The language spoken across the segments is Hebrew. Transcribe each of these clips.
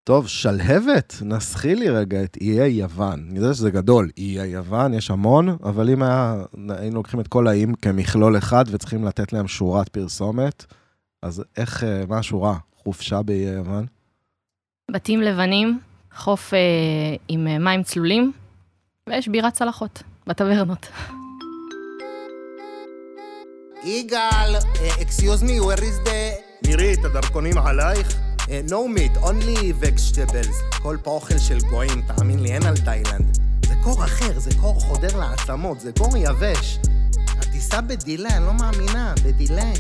טוב, שלהבת, נסחי לי רגע את איי יוון. אני יודע שזה גדול, איי יוון, יש המון, אבל אם היינו לוקחים את כל האיים כמכלול אחד, וצריכים לתת להם שורת פרסומת, אז איך, מה השורה? חופשה באיי יוון? בתים לבנים, חוף עם מים צלולים, ויש בירת צלחות בטברנות. יגאל, excuse me, where is the... נירית, הדרכונים עלייך? no meat, only vegetables. כל פה אוכל של גויים, תאמין לי, אין על תאילנד. זה קור אחר, זה קור חודר לעצמות, זה קור יבש. הטיסה בדילה, אני לא מאמינה, בדילה.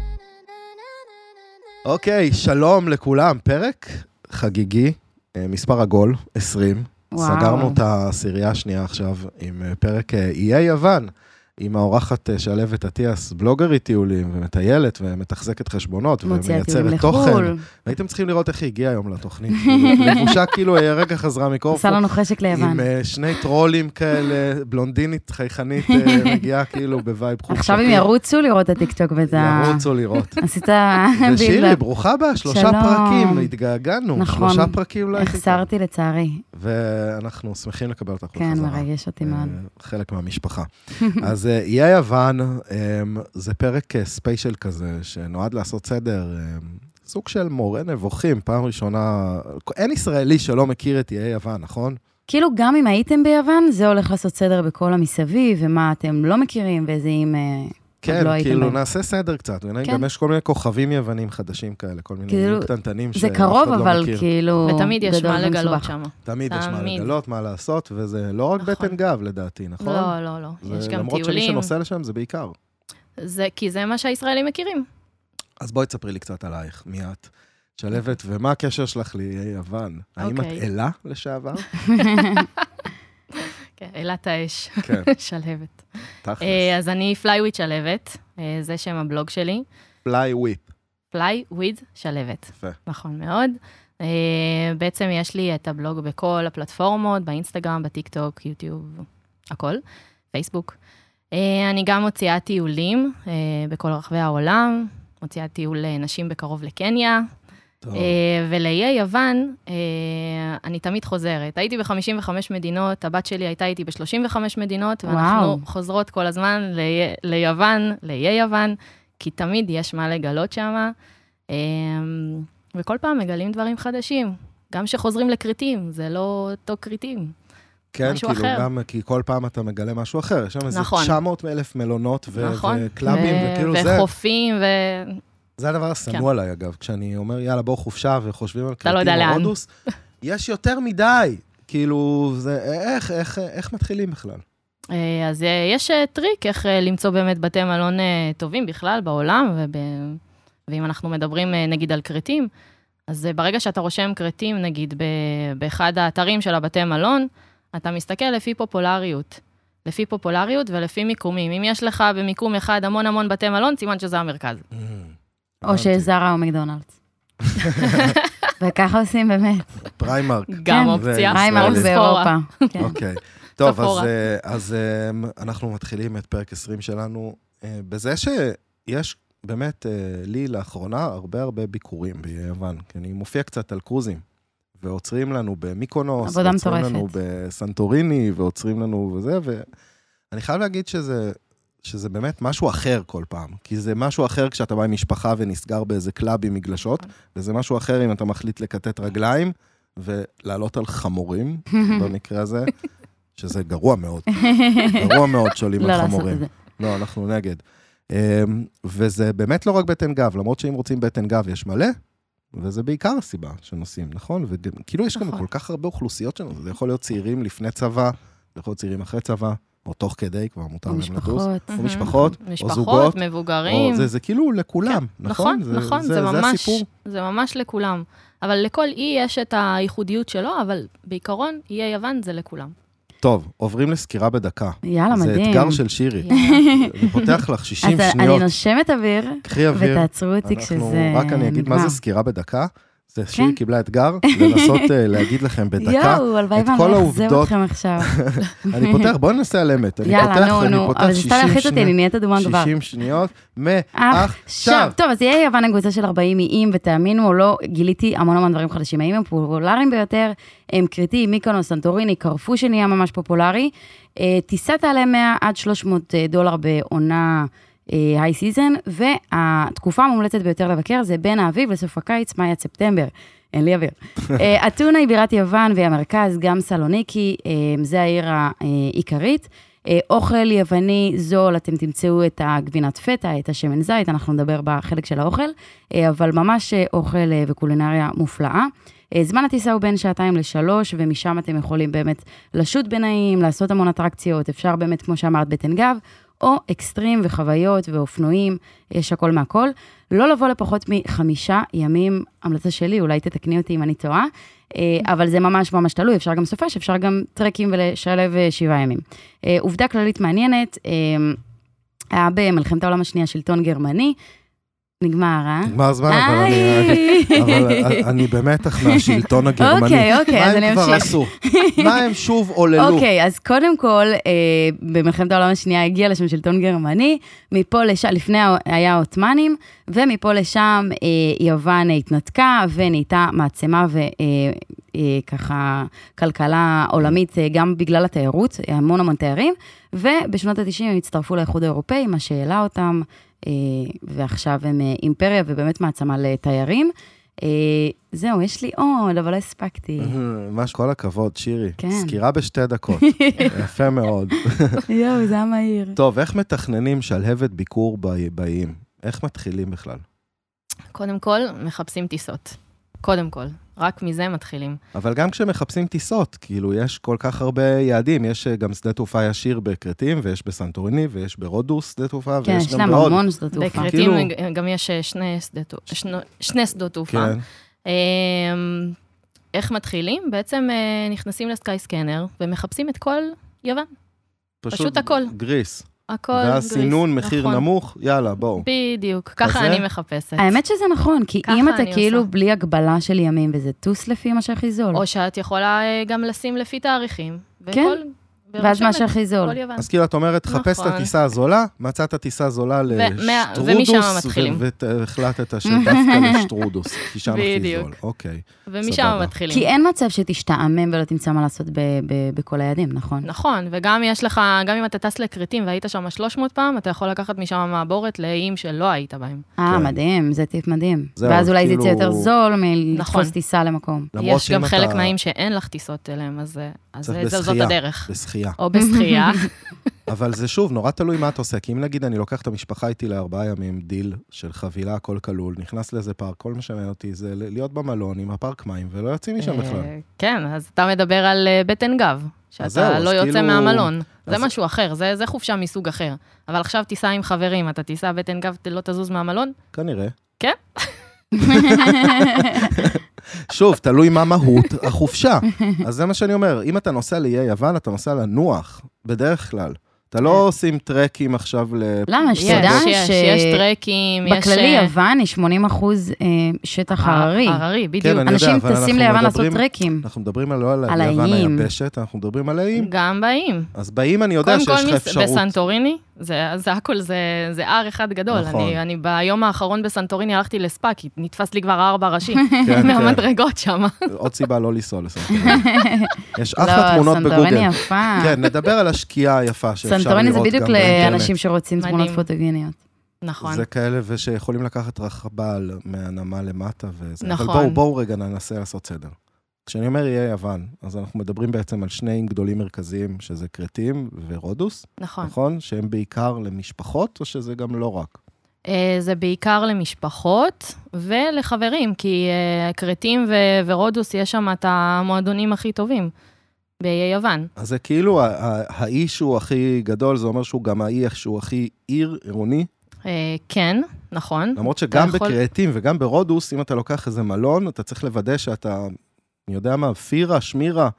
אוקיי, שלום לכולם, פרק חגיגי, מספר עגול, 20. וואו. סגרנו את הסירייה השנייה עכשיו עם פרק איי יוון, עם האורחת שלהבת אטיאס, בלוגרית טיולים, ומטיילת, ומתחזקת חשבונות, ומייצרת תוכן. הייתם צריכים לראות איך היא הגיעה היום לתוכנית. לבושה כאילו, היא הרגע חזרה מקורפו. עשה לנו חשק ליוון. עם שני טרולים כאלה, בלונדינית, חייכנית, מגיעה כאילו בווייב חופשתי. עכשיו הם ירוצו לראות את הטיקטוק ואת ה... ירוצו לראות. עשית... ושירי, ברוכה בה, 3 פרקים, התגעגענו, 3 פרקים לא הייתי. החסרתי לצערי. ואנחנו שמחים לקבל אותך בחזרה. כן, מרגש אותי מאוד. חלק מהמשפחה. אז איי יוון, זה פרק ספיישל כזה, שנועד לעשות סדר, סוג של מורה נבוכים, פעם ראשונה, אין ישראלי שלא מכיר את איי יוון, נכון? כאילו גם אם הייתם ביוון, זה הולך לעשות סדר בכל המסביב, ומה אתם לא מכירים, ואיזה אם... כן, כאילו נעשה סדר קצת, גם יש כל מיני כוכבים יוונים חדשים כאלה, כל מיני קטנטנים זה קרוב, אבל כאילו... ותמיד יש מה לגלות שם. תמיד יש מה לגלות, מה לעשות, וזה לא רק בטן גב לדעתי, נכון? לא, לא, לא. יש גם טיולים. למרות שמי שנוסע לשם זה בעיקר. כי זה מה שהישראלים מכירים. אז בואי תספרי לי קצת עלייך, מי את? שלהבת, ומה הקשר שלך לאיי יוון? האם את אלה לשעבר? כן, אלת האש, שלהבת. תכלס. אז אני פלייוויד שלהבת, זה שם הבלוג שלי. פלייוויד שלהבת. יפה. נכון מאוד. בעצם יש לי את הבלוג בכל הפלטפורמות, באינסטגרם, בטיקטוק, יוטיוב, הכל, פייסבוק. אני גם מוציאה טיולים בכל רחבי העולם, מוציאה טיול נשים בקרוב לקניה, ולאיי יוון, אני תמיד חוזרת. הייתי ב-55 מדינות, הבת שלי הייתה איתי ב-35 מדינות, ואנחנו חוזרות כל הזמן ליוון, לאיי יוון, כי תמיד יש מה לגלות שם, וכל פעם מגלים דברים חדשים, גם שחוזרים לקריטים, זה לא אותו קריטים. כן, כאילו גם, כי כל פעם אתה מגלה משהו אחר, יש שם איזה 900,000 מלונות וקלאבים, וכאילו זה... וחופים זה הדבר הסנוע עליי, אגב, כשאני אומר, יאללה, בוא חופשה, וחושבים על קריטים או הודוס, יש יותר מדי, כאילו, איך מתחילים בכלל? אז יש טריק, איך למצוא באמת בתי מלון טובים בכלל בעולם, ואם אנחנו מדברים נגיד על קריטים, אז ברגע שאתה רושם קריטים, נגיד, באחד האתרים של הבתי מלון, אתה מסתכל לפי פופולריות ולפי מיקומים. אם יש לך במיקום אחד המון בתי מלון, סימן שזה המרכז. או שזרה או מקדונלדס. וככה עושים באמת. פריימרק. גם אופציה. פריימרק באירופה. אוקיי. טוב, אז אנחנו מתחילים את פרק 20 שלנו, בזה שיש באמת לי לאחרונה הרבה ביקורים ביוון, כי אני מופיע קצת על קרוזים, ועוצרים לנו במיקונוס, ועוצרים לנו בסנטוריני, ועוצרים לנו וזה, ואני חייב להגיד שזה באמת משהו אחר כל פעם, כי זה משהו אחר כשאתה בא עם משפחה ונסגר באיזה קלאב עם מגלשות, וזה משהו אחר אם אתה מחליט לקטט רגליים, ולעלות על חמורים, במקרה הזה, שזה גרוע מאוד. גרוע מאוד שולים על חמורים. לא, אנחנו נגד. וזה באמת לא רק בטן גב, למרות שאם רוצים בטן גב יש מלא, וזה בעיקר הסיבה שנוסעים, נכון? וכאילו יש גם כל כך הרבה אוכלוסיות שלנו, זה יכול להיות צעירים לפני צבא, זה יכול להיות צעירים אחרי צבא, או תוך כדי, כבר מותר להם לטוס. או משפחות, או זוגות. מבוגרים. זה כאילו לכולם, נכון? נכון, זה ממש לכולם. אבל לכל אי יש את הייחודיות שלו, אבל בעיקרון, איי יוון זה לכולם. טוב, עוברים לסקירה בדקה. יאללה, מדהים. זה אתגר של שירי. אני פותח לך 60 שניות. אז אני נושמת אוויר, קחי אוויר. ותעצרו אותי כשזה... רק אני אגיד מה זה סקירה בדקה. זה שהיא קיבלה אתגר, לנסות להגיד לכם בדקה את כל העובדות. אני פותח, בואו ננסה על אמת. יאללה, נו, אבל זה סתם להחיץ אותי, אני נהיית הדומן דבר. 60 שניות, מעכשיו. טוב, אז יהיה יוון הקבוצה של 40 איים, ותאמינו או לא, גיליתי המון דברים חדשים. האם הם פופולריים ביותר, הם קריטי, מיקונוס, סנטוריני, קרפו שנהיה ממש פופולרי. טיסה תעלה 100 עד 300 דולר בעונה היי סיזן, והתקופה המומלצת ביותר לבקר זה בין האביב לסוף הקיץ, מאי עד ספטמבר. אין לי אוויר. אתונה היא בירת יוון והמרכז, גם סלוניקי, זה העיר העיקרית. אוכל יווני זול, אתם תמצאו את הגבינת פטה, את השמן זית, אנחנו נדבר בחלק של האוכל, אבל ממש אוכל וקולינריה מופלאה. זמן הטיסה הוא בין 2-3, ומשם אתם יכולים באמת לשוט ביניים, לעשות המון אטרקציות, אפשר באמת, כמו שאמרת, בטן גב, או אקסטרים וחוויות ואופנועים, יש הכל מהכל. לא לבוא לפחות מ5 ימים, המלצה שלי, אולי תתקני אותי אם אני טועה, אבל זה ממש ממש תלוי, אפשר גם סופש, אפשר גם טרקים ולשלב 7 ימים. עובדה כללית מעניינת, היה במלחמת העולם השנייה שלטון גרמני, נגמר, נגמר זמן, אבל אני במתח מהשלטון הגרמני. אוקיי, אז אני אמשיך. מה הם כבר עשו? מה הם שוב עוללו? אוקיי, אז קודם כל, במלחמת העולם השנייה הגיע לשם שלטון גרמני, מפה לשם, לפני היה העות'מאנים, ומפה לשם יוון התנתקה, ונהייתה מעצמה וככה כלכלה עולמית, גם בגלל התיירות, המון תיירים, ובשנות ה-90 הם הצטרפו לאיחוד האירופאי, מה שהעלה אותם, ועכשיו הם אימפריה ובאמת מעצמה לתיירים. זהו, יש לי עוד, אבל לא הספקתי. ממש כל הכבוד, שירי. סקירה ב2 דקות. יפה מאוד. יואו, זה היה מהיר. טוב, איך מתכננים שלהבת ביקור באיים? איך מתחילים בכלל? קודם כל, מחפשים טיסות. קודם כל. רק מזה מתחילים. אבל גם כשמחפשים טיסות, כאילו יש כל כך הרבה יעדים, יש גם שדה תעופה ישיר בקרטים, ויש בסנטוריני, ויש ברודוס שדה תעופה, כן, ויש יש גם להם בעוד. המון שדה תעופה. בקרטים גם יש שני שדות תעופה. כן. איך מתחילים? בעצם נכנסים לסקאי סקנר, ומחפשים את כל יוון. פשוט הכל. גריס. הכל והסינון מחיר נמוך, יאללה, בואו. בדיוק, ככה אני מחפשת. האמת שזה נכון, כי אם אתה כאילו בלי הגבלה של ימים, וזה טוס לפי מה שהכי זול. או שאת יכולה גם לשים לפי תאריכים. כן, ואז מה שהכי זול. אז כאילו את אומרת, חפש את הטיסה הזולה, מצאת טיסה זולה לשטרודוס, והחלטת שדווקא לשטרודוס, כי שם הכי זול. אוקיי. ומשם מתחילים. כי אין מצב שתשתעמם ולא תמצא מה לעשות בכל היעדים, נכון? נכון, וגם יש לך, גם אם אתה טס לקריטים והיית שם 300 פעם, אתה יכול לקחת משם מעבורת לאיים שלא היית בהם. מדהים, זה טיפ מדהים. ואז אולי זה יצא יותר זול מלתפוס טיסה למקום. יש גם חלק מהאים שאין לך טיסות אליהם, אז זאת הדרך. בשחייה. או בשחייה. אבל זה שוב, נורא תלוי מה אתה עושה, כי אם נגיד אני לוקח את המשפחה איתי ל4 ימים, דיל של חבילה, הכל כלול, נכנס לאיזה פארק, כל מה שמעניין אותי זה להיות במלון עם הפארק מים, ולא יוצאים משם בכלל. כן, אז אתה מדבר על בטן גב, שאתה לא יוצא מהמלון. זה משהו אחר, זה חופשה מסוג אחר. אבל עכשיו טיסה עם חברים, אתה טיסה בטן גב, לא תזוז מהמלון? כנראה. כן? שוב, תלוי מה מהות החופשה. אז זה מה שאני אומר, אם אתה נוסע לאיי יוון, אתה נוסע לנוח, בדרך כלל. אתה לא עושים טרקים עכשיו למה? שתדע שיש טרקים, יש... בכללי יוון היא 80% שטח הררי. הררי, בדיוק. אנשים טסים ליוון לעשות טרקים. אנחנו מדברים לא על יוון היבשת, אנחנו מדברים על האיים. גם באיים. אז באיים אני יודע שיש לך אפשרות. בסנטוריני, זה הכל, זה R אחד גדול. אני ביום האחרון בסנטוריני הלכתי לספא, כי נתפס לי כבר 4 ראשי, מהמדרגות שם. עוד סיבה לא לנסוע לסנטוריני. יש אחלה תמונות בגוגל. סנטוריני יפה. כן, נדבר על השקיעה היפה שאפשר לראות גם סנטוריני זה בדיוק לאנשים שרוצים תמונות פוטוגניות. נכון. זה כאלה ושיכולים לקחת רחבל מהנמל למטה וזה. נכון. אבל בואו רגע ננסה לעשות סדר. כשאני אומר יהיה יוון, אז אנחנו מדברים בעצם על 2 גדולים מרכזיים, שזה קרטים ורודוס. נכון. נכון? שהם בעיקר למשפחות, או שזה גם לא רק? זה בעיקר למשפחות ולחברים, כי קרטים ורודוס יש שם את המועדונים הכי טובים באיי יוון. אז זה כאילו האי שהוא הכי גדול, זה אומר שהוא גם האי שהוא הכי עיר עירוני? כן, נכון. למרות שגם בקרטים וגם ברודוס, אם אתה לוקח איזה מלון, אתה צריך לוודא שאתה, אני יודע מה, פירה, שמירה,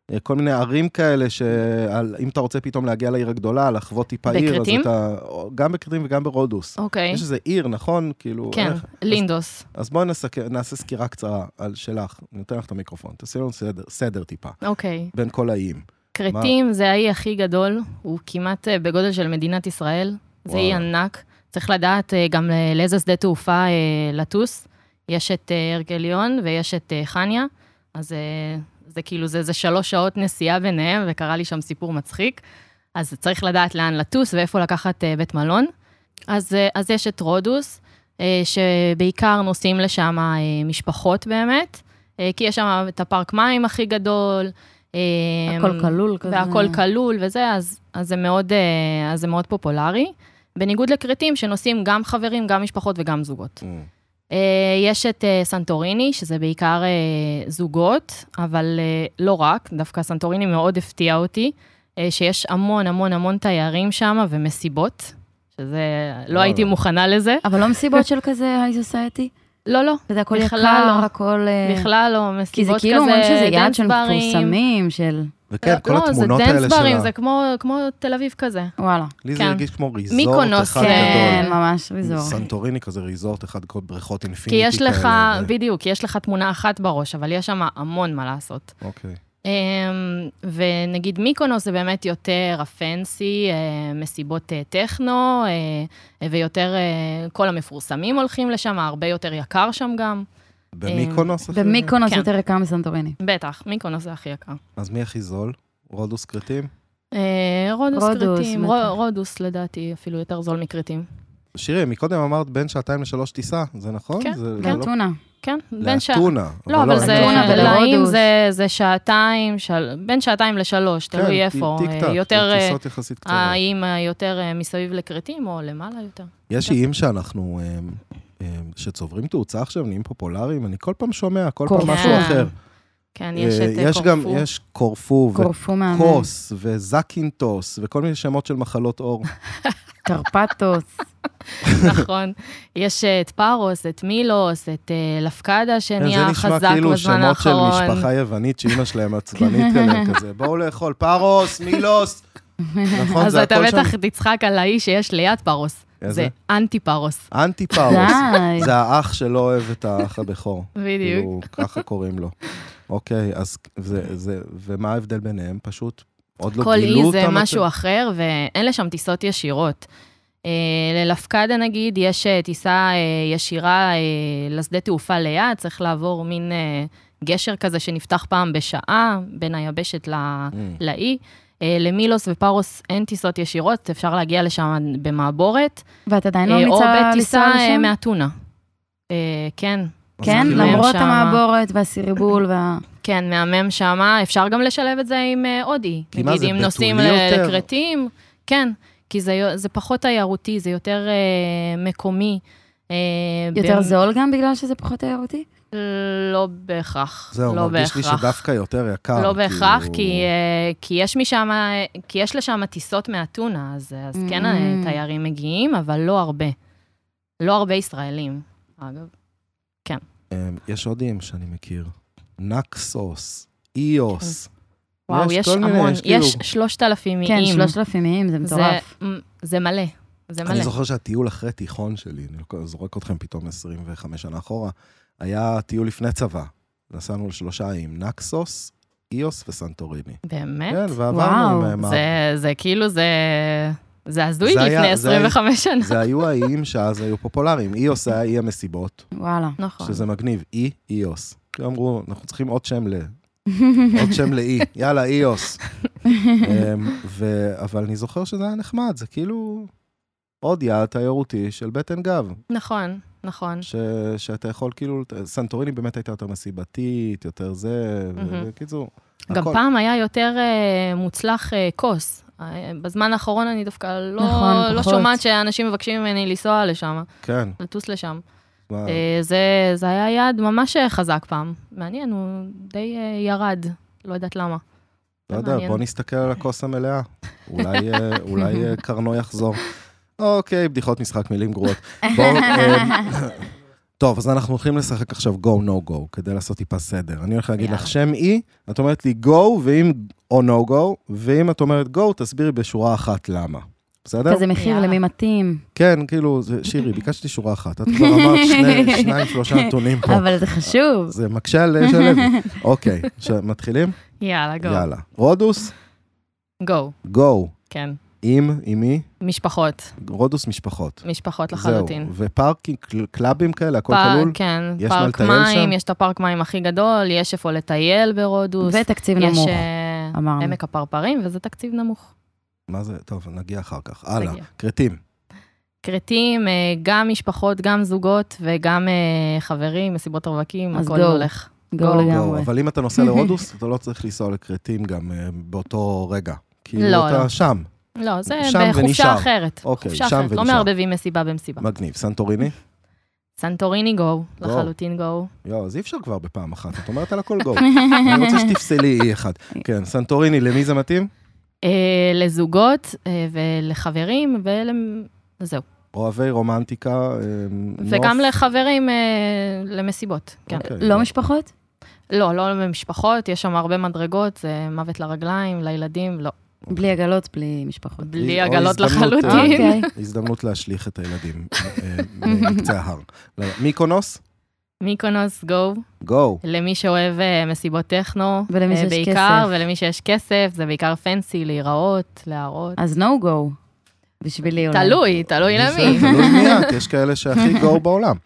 כל מיני ערים כאלה, שאם אתה רוצה פתאום להגיע לעיר הגדולה, לחוות טיפה עיר, בקריטים? גם בקריטים וגם ברודוס. אוקיי. יש איזה עיר, נכון? כאילו, כן, לינדוס. אז בואי נעשה סקירה קצרה על שלך, אני נותן לך את המיקרופון, תעשי לנו סדר טיפה, אוקיי. בין כל האיים. קריטים זה האי הכי גדול, הוא כמעט בגודל של מדינת ישראל, זה אי ענק, צריך לדעת גם לאיזה שדה תעופה לטוס, יש את הרגליון ויש את חניה, אז זה כאילו, זה 3 שעות נסיעה ביניהם, וקרה לי שם סיפור מצחיק, אז צריך לדעת לאן לטוס ואיפה לקחת בית מלון. אז יש את רודוס, שבעיקר נוסעים לשם משפחות באמת, כי יש שם את הפארק מים הכי גדול, הכל כלול כזה. והכל כלול וזה, אז זה מאוד פופולרי. בניגוד לקריטים שנוסעים גם חברים, גם משפחות וגם זוגות. יש את סנטוריני, שזה בעיקר זוגות, אבל לא רק, דווקא סנטוריני מאוד הפתיע אותי, שיש המון המון המון תיירים שם ומסיבות, שזה, לא הייתי מוכנה לזה. אבל לא מסיבות של כזה היי סוסייטי? לא. וזה הכל יקר, הכל... בכלל לא, מסיבות כזה, כי זה כאילו אומרים שזה יעד של מפורסמים, של... וכן, כל התמונות האלה שלה. לא, זה דנס ברים, זה כמו תל אביב כזה. וואלה. לי זה הרגיש כמו ריזורט מיקונוס, אחד גדול. כן, ממש ריזורט. סנטוריני כזה ריזורט אחד, כל בריכות אינפיניטי כי יש לך, כאלה. בדיוק, יש לך תמונה אחת בראש, אבל יש שם המון מה לעשות. אוקיי. ונגיד מיקונוס זה באמת יותר הפנסי, מסיבות טכנו, ויותר כל המפורסמים הולכים לשם, הרבה יותר יקר שם גם. במיקונוס? במיקונוס יותר יקר מסנטוריני. בטח, מיקונוס זה הכי יקר. אז מי הכי זול? רודוס קריטים? רודוס קריטים, רודוס לדעתי אפילו יותר זול מקריטים. שירי, מקודם אמרת בין 2 ל3 טיסה, זה נכון? כן, לאתונה. כן, לאתונה. לא, אבל זה שעתיים, בין 2 ל3, תלוי איפה. יותר, טיסות יחסית קצרות. האם יותר מסביב לקריטים או למעלה יותר. יש איים שאנחנו, שצוברים תאוצה עכשיו, נהיים פופולריים, אני כל פעם שומע, כל פעם משהו אחר. כן, יש את קורפו. יש קורפו וקוס וזקינטוס וכל מיני שמות של מחלות עור. קרפטוס. נכון. יש את פארוס, את מילוס, את לפקדה שנהיה חזק בזמן האחרון. זה נשמע כאילו שמות של משפחה יוונית, שאמא שלהם עצבנית כזה, כזה. בואו לאכול פארוס, מילוס. נכון, אז אתה בטח תצחק על האיש שיש ליד פארוס. זה אנטי פארוס. אנטי פארוס. זה האח שלא אוהב את האח הבכור. בדיוק. ככה קוראים לו. אוקיי, אז ומה ההבדל ביניהם? פשוט עוד לא כל גילו אותם? אי זה משהו אחר, ואין לשם טיסות ישירות. ללפקדה נגיד, יש טיסה ישירה לשדה תעופה ליד, צריך לעבור מין גשר כזה שנפתח פעם בשעה, בין היבשת לאי. למילוס ופארוס אין טיסות ישירות, אפשר להגיע לשם במעבורת. ואת עדיין לא ממליצה לנסוע לשם? או בטיסה מאתונה. כן. כן, למרות המעבורת והסיריבול כן, מהמם שמה, אפשר גם לשלב את זה עם אודי. נגיד, אם נוסעים לקרטים, כן, כי זה פחות תיירותי, זה יותר מקומי. יותר זול גם בגלל שזה פחות תיירותי? לא בהכרח. זהו, מרגיש לי שדווקא יותר יקר. לא בהכרח, כי יש לשם טיסות מאתונה, אז כן תיירים מגיעים, אבל לא הרבה. לא הרבה ישראלים, אגב. כן. יש עוד אים שאני מכיר. נקסוס, איוס. וואו, יש המון, יש 3,000 איים. כן, 3,000 איים, זה מטורף. זה מלא, זה מלא. אני זוכר שהטיול אחרי תיכון שלי, אני זורק אתכם פתאום 25 שנה אחורה, היה טיול לפני צבא. נסענו ל3 איים, נקסוס, איוס וסנטוריני. באמת? כן, ועברנו עם... זה כאילו, זה הזוי לפני 25 שנה. זה היו האיים שאז היו פופולריים. איוס היה אי המסיבות. וואלה. נכון. שזה מגניב, איוס. אמרו, אנחנו צריכים עוד שם עוד שם לאי. יאללה, איוס. אבל אני זוכר שזה היה נחמד, זה כאילו עוד יעד תיירותי של בטן גב. נכון, נכון. שאתה יכול כאילו, סנטוריני באמת הייתה יותר מסיבתית, יותר זה, וקיצור. גם פעם היה יותר מוצלח קוס. בזמן האחרון אני דווקא לא שומעת שאנשים מבקשים ממני לנסוע לשם. כן. לטוס לשם. זה היה יעד ממש חזק פעם. מעניין, הוא די ירד. לא יודעת למה. לא יודע, בוא נסתכל על הכוס המלאה. אולי קרנו יחזור. אוקיי, בדיחות משחק מילים גרועות. טוב, אז אנחנו הולכים לשחק עכשיו go, no go, כדי לעשות טיפה סדר. אני הולך להגיד לך שם אי, את אומרת לי go, ואם, או no go, ואם את אומרת go, תסבירי בשורה אחת למה. בסדר? כזה מחיר למי מתאים. כן, כאילו, שירי, ביקשתי שורה אחת. את כבר אמרת 2-3 נתונים פה. אבל זה חשוב. זה מקשה על שלב. אוקיי, מתחילים? יאללה, go. יאללה. רודוס? go. go. כן. עם מי? משפחות. רודוס משפחות. משפחות לחלוטין. זהו. ופארקים, קלאבים כאלה, הכל כלול? כן. יש מה פארק לטייל שם? מים, יש את הפארק מים הכי גדול, יש איפה לטייל ברודוס. ותקציב נמוך, יש אמרנו. עמק הפרפרים, וזה תקציב נמוך. מה זה? טוב, נגיע אחר כך. הלאה, נגיע. קרטים. קרטים, גם משפחות, גם זוגות, וגם חברים, מסיבות רווקים, אז הכל go. הולך. go לגמרי. אבל אם אתה נוסע לרודוס, אתה לא צריך לנסוע לקרטים גם באותו רגע. כאילו לא, אתה לא. שם. לא, זה שם ונשאר. בחופשה אחרת. אוקיי, חופשה שם אחרת, לא ונשאר. מערבבים מסיבה במסיבה. מגניב. סנטוריני? סנטוריני go, לחלוטין go. יו, אז אי אפשר כבר בפעם אחת. את אומרת על הכל גו. אני רוצה שתפסלי אי אחד. כן, סנטוריני, למי זה מתאים? לזוגות ולחברים, וזהו. אוהבי רומנטיקה, וגם לחברים למסיבות, כן. לא משפחות? לא, לא במשפחות, יש שם הרבה מדרגות, זה מוות לרגליים, לילדים, לא. בלי עגלות, בלי משפחות. בלי או עגלות הזדמנות, לחלוטין. אוקיי. הזדמנות להשליך את הילדים מקצה ההר. מיקונוס? מיקונוס, go. גו. למי שאוהב מסיבות טכנו, ולמי שיש בעיקר, כסף. ולמי שיש כסף, זה בעיקר פנסי, להיראות, להראות. אז no go. בשבילי אולי. תלוי למי. תלוי מי את, יש כאלה שהכי גו בעולם.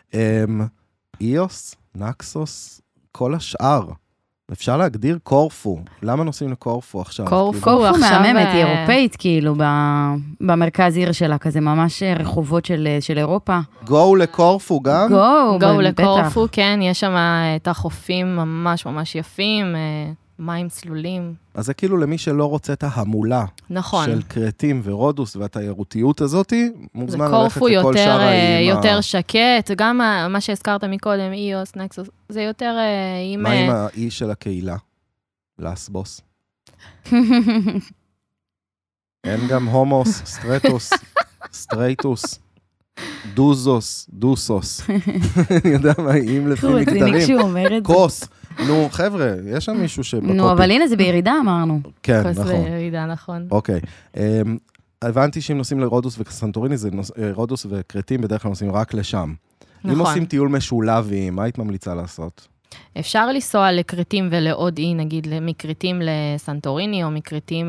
איוס, נקסוס, כל השאר. אפשר להגדיר קורפו. למה נוסעים לקורפו עכשיו? קורפו. כאילו, קורפו עכשיו, מהממת, היא אירופאית, כאילו, במרכז עיר שלה, כזה ממש רחובות של אירופה. גו לקורפו גם? go לקורפו, כן, יש שם את החופים ממש ממש יפים, מים צלולים. אז זה כאילו למי שלא רוצה את ההמולה. נכון. של קרטים ורודוס והתיירותיות הזאת, מוזמן ללכת קורפו לכל שאר האיים. יותר שקט, גם מה שהזכרת מקודם, איוס, נקסוס, זה יותר עם... מה עם האי של הקהילה? לסבוס. אין גם הומוס, סטרטוס, סטרייטוס, דוזוס, דוסוס. אני יודע מה, איים לפי מגדרים. כשהוא אומר את זה. קוס. נו, חבר'ה, יש שם מישהו שבקופי. נו, אבל הנה, זה בירידה, אמרנו. כן, כוס נכון. וירידה, נכון. אוקיי. הבנתי שאם נוסעים לרודוס וסנטוריני, רודוס וקרטים בדרך כלל נוסעים רק לשם. אם עושים טיול משולב, מה היית ממליצה לעשות? אפשר לנסוע לקרטים ולעוד אי, נגיד, מקרטים לסנטוריני, או מקרטים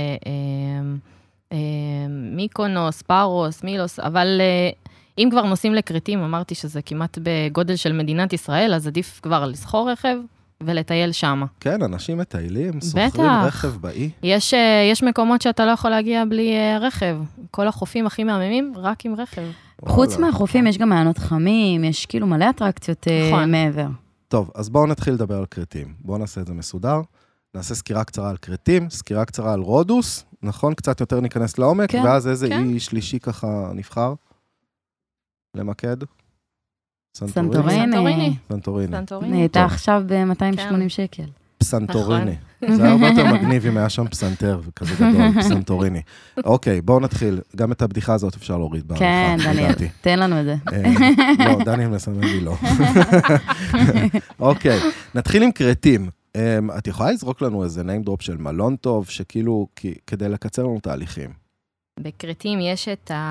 למיקונוס, פארוס, מילוס, אבל אם כבר נוסעים לקרטים, אמרתי שזה כמעט בגודל של מדינת ישראל, אז עדיף כבר לסחור רכב ולטייל שם. כן, אנשים מטיילים, סוחרים רכב באי. יש מקומות שאתה לא יכול להגיע בלי רכב. כל החופים הכי מהממים, רק עם רכב. חוץ מהחופים, יש גם מעיינות חמים, יש כאילו מלא אטרקציות מעבר. טוב, אז בואו נתחיל לדבר על קרטים. בואו נעשה את זה מסודר. נעשה סקירה קצרה על קרטים, סקירה קצרה על רודוס, נכון? קצת יותר ניכנס לעומק, כן, ואז איזה כן. אי שלישי ככה נבחר? למקד? סנטוריני. סנטוריני. היא הייתה עכשיו ב-280 כן. שקל. פסנטוריני. זה הרבה יותר מגניב אם היה שם פסנטר וכזה גדול, פסנטוריני. אוקיי, בואו נתחיל. גם את הבדיחה הזאת אפשר להוריד בעריכה. כן, דניאל, לדעתי. תן לנו את זה. לא, דניאל מסמן לי לא. אוקיי, נתחיל עם קרטים. את יכולה לזרוק לנו איזה name drop של מלון טוב, שכאילו, כדי לקצר לנו תהליכים. בקרטים יש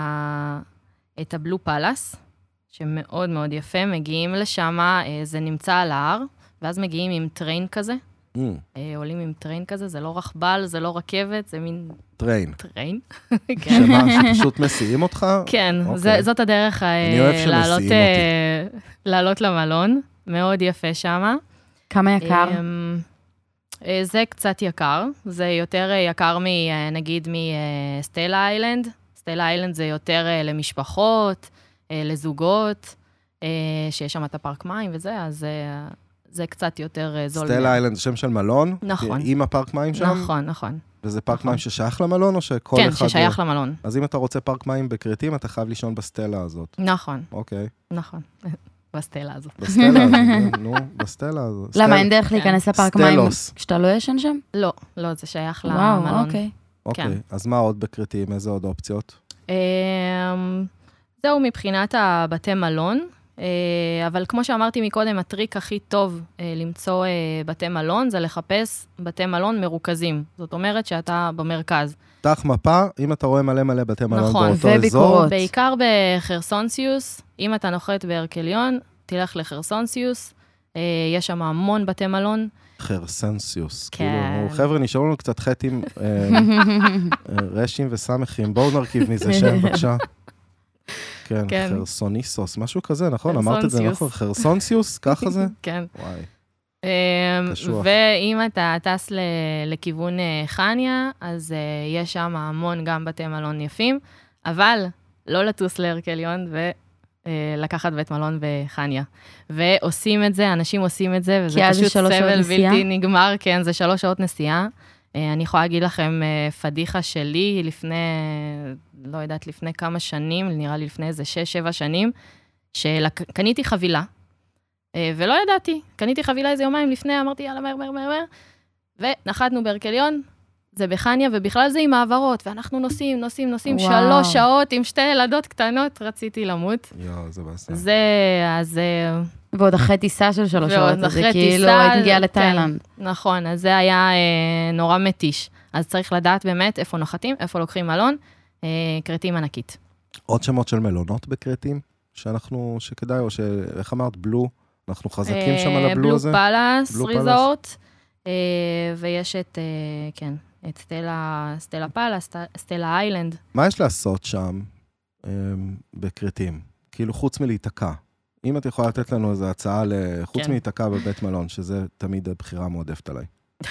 את הבלו פלאס, שמאוד מאוד יפה, מגיעים לשם, זה נמצא על ההר, ואז מגיעים עם טריין כזה, עולים עם טריין כזה, זה לא רכבל, זה לא רכבת, זה מין... טריין. טריין. שמה, שפשוט מסיעים אותך? כן, אוקיי. זאת הדרך אני אוהב שמסיעים אותי. לעלות למלון, מאוד יפה שם. כמה יקר? זה קצת יקר, זה יותר יקר נגיד מסטלה איילנד. סטלה איילנד זה יותר למשפחות, לזוגות, שיש שם את הפארק מים וזה, אז זה קצת יותר זול. סטלה איילנד זה שם של מלון? נכון. עם הפארק מים שם? נכון, נכון. וזה פארק מים ששייך למלון או שכל אחד... כן, ששייך למלון. אז אם אתה רוצה פארק מים בקרטים, אתה חייב לישון בסטלה הזאת. נכון. אוקיי. נכון. בסטלה הזאת. בסטלה הזאת, נו, בסטלה הזאת. למה, אין דרך להיכנס לפארק מים סטלוס. כשאתה לא ישן שם? לא, לא, זה שייך למלון. וואו, אוקיי. אוקיי, אז מה עוד בקרטים? איזה עוד אופציות? זהו, מבחינת הבתי מלון, אבל כמו שאמרתי מקודם, הטריק הכי טוב למצוא בתי מלון, זה לחפש בתי מלון מרוכזים. זאת אומרת שאתה במרכז. פתח מפה, אם אתה רואה מלא בתי מלון נכון, באותו אזור. בעיקר בחרסונסיוס, אם אתה נוחת בהרקליון, תלך לחרסונסיוס, יש שם המון בתי מלון. חרסנסיוס. כן. כאילו, חבר'ה, נשארו לנו קצת חטים, רשים וסמכים. בואו נרכיב מזה שם, בבקשה. כן, חרסוניסוס, משהו כזה, נכון? אמרת את זה נכון? חרסונסיוס, ככה זה? כן. וואי. קשוח. ואם אתה טס לכיוון חניה, אז יש שם המון גם בתי מלון יפים, אבל לא לטוס להרקליון ולקחת בית מלון בחניה. ועושים את זה, אנשים עושים את זה, וזה פשוט סבל בלתי נגמר, כן, זה 3 שעות נסיעה. אני יכולה להגיד לכם פדיחה שלי לפני, לא יודעת, לפני כמה שנים, נראה לי לפני איזה 6-7 שנים, שקניתי חבילה, ולא ידעתי, קניתי חבילה איזה יומיים לפני, אמרתי, יאללה, מהר, ונחתנו בהרקליון, זה בחניה, ובכלל זה עם העברות, ואנחנו נוסעים 3 שעות עם 2 ילדות קטנות, רציתי למות. זה בעשה. אז... ועוד אחרי טיסה של 3 שעות, זה כאילו היית מגיעה לתאילנד. נכון, אז זה היה נורא מתיש. אז צריך לדעת באמת איפה נוחתים, איפה לוקחים מלון, קרטים ענקית. עוד שמות של מלונות בקרטים, שכדאי, או איך אמרת, בלו, אנחנו חזקים שם על הבלו הזה? בלו פלאס, ריזורט, ויש את, כן, את סטלה פלאס, סטלה איילנד. מה יש לעשות שם בקרטים? כאילו חוץ מלהיתקע. אם את יכולה לתת לנו איזו הצעה חוץ מלהיתקע בבית מלון, שזה תמיד הבחירה מועדפת עליי.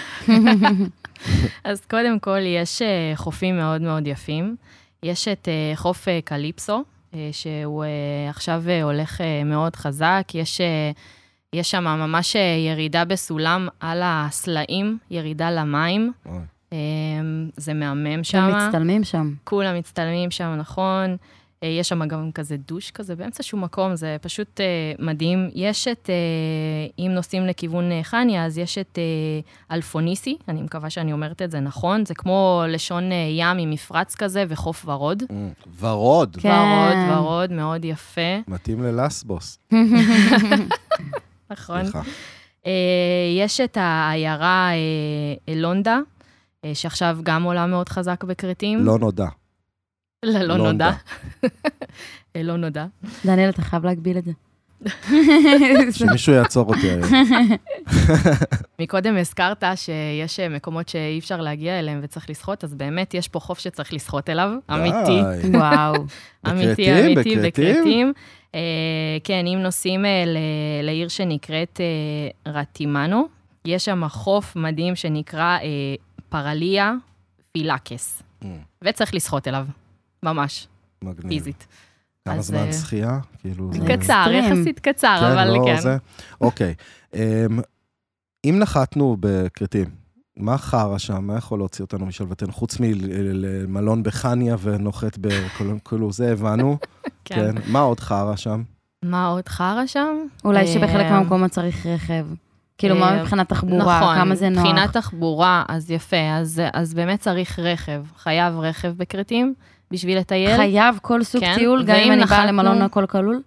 אז קודם כל יש חופים מאוד מאוד יפים. יש את חוף קליפסו, שהוא עכשיו הולך מאוד חזק. יש שם ממש ירידה בסולם על הסלעים, ירידה למים. זה מהמם שם. הם מצטלמים שם. כולם מצטלמים שם, נכון. יש שם גם כזה דוש כזה באמצע שום מקום, זה פשוט מדהים. יש את, אם נוסעים לכיוון חניה, אז יש את אלפוניסי, אני מקווה שאני אומרת את זה נכון, זה כמו לשון ים עם מפרץ כזה וחוף ורוד. ורוד. כן. ורוד, מאוד יפה. מתאים ללסבוס. נכון. יש את העיירה אלונדה, שעכשיו גם עולה מאוד חזק בקרטים. לא נודע. לא נודע. לא נודע. דניאל, אתה חייב להגביל את זה. שמישהו יעצור אותי היום. מקודם הזכרת שיש מקומות שאי אפשר להגיע אליהם וצריך לשחות, אז באמת יש פה חוף שצריך לשחות אליו, אמיתי. וואו. אמיתי, בקרטים. כן, אם נוסעים לעיר שנקראת רטימנו, יש שם חוף מדהים שנקרא פרליה פילקס, וצריך לשחות אליו. ממש, פיזית. כמה זמן שחייה? קצר, יחסית קצר, אבל כן. אוקיי. אם נחתנו בקרטים, מה חרה שם? מה יכול להוציא אותנו משלוותנו? חוץ מלמלון בחניה ונוחת בכאילו זה, הבנו. כן. מה עוד חרה שם? מה עוד חרה שם? אולי שבחלק מהמקומות צריך רכב. כאילו, מה מבחינת תחבורה? כמה זה נוח? מבחינת תחבורה, אז יפה. אז באמת צריך רכב. חייב רכב בקרטים. בשביל לטייל. חייב כל סוג טיול, גם אם אני באה למלון הכל כלול?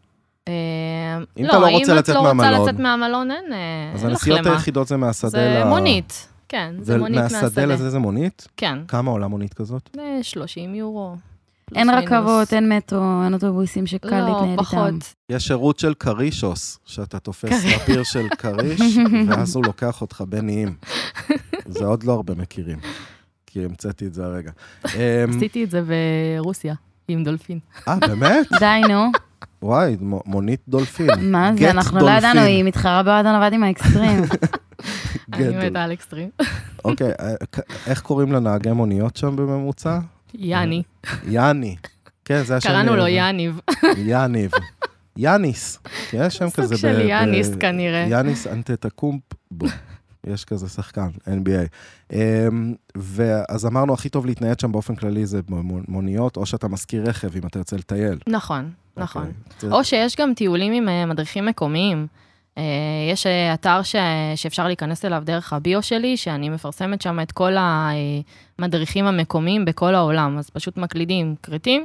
אם אתה לא רוצה לצאת מהמלון. אם את לא רוצה לצאת מהמלון, אין לך למה. אז הנסיעות היחידות זה מהשדה זה מונית, כן, זה מונית מהשדה. ומהשדה לזה זה מונית? כן. כמה עולה מונית כזאת? 30 יורו. אין רכבות, אין מטרו, אין אוטובוסים שקל להתנהל איתם. לא, פחות. יש שירות של קרישוס, שאתה תופס רפיר של קריש, ואז הוא לוקח אותך בין איים. זה עוד לא הרבה מכירים. כי המצאתי את זה הרגע. עשיתי את זה ברוסיה, עם דולפין. באמת? די, נו. וואי, מונית דולפין. מה זה? אנחנו לא ידענו, היא מתחרה באוהדן עבד עם האקסטרים. אני מתה על אקסטרים. אוקיי, איך קוראים לנהגי מוניות שם בממוצע? יאני. יאני. כן, זה השם. קראנו לו יאניב. יאניב. יאניס. יש שם כזה סוג של יאניס כנראה. יאניס אנטטקומפו. יש כזה שחקן, NBA. ואז אמרנו, הכי טוב להתנייד שם באופן כללי זה מוניות, או שאתה מזכיר רכב אם אתה יוצא לטייל. נכון, נכון. או שיש גם טיולים עם מדריכים מקומיים. יש אתר שאפשר להיכנס אליו דרך הביו שלי, שאני מפרסמת שם את כל המדריכים המקומיים בכל העולם. אז פשוט מקלידים קרטים,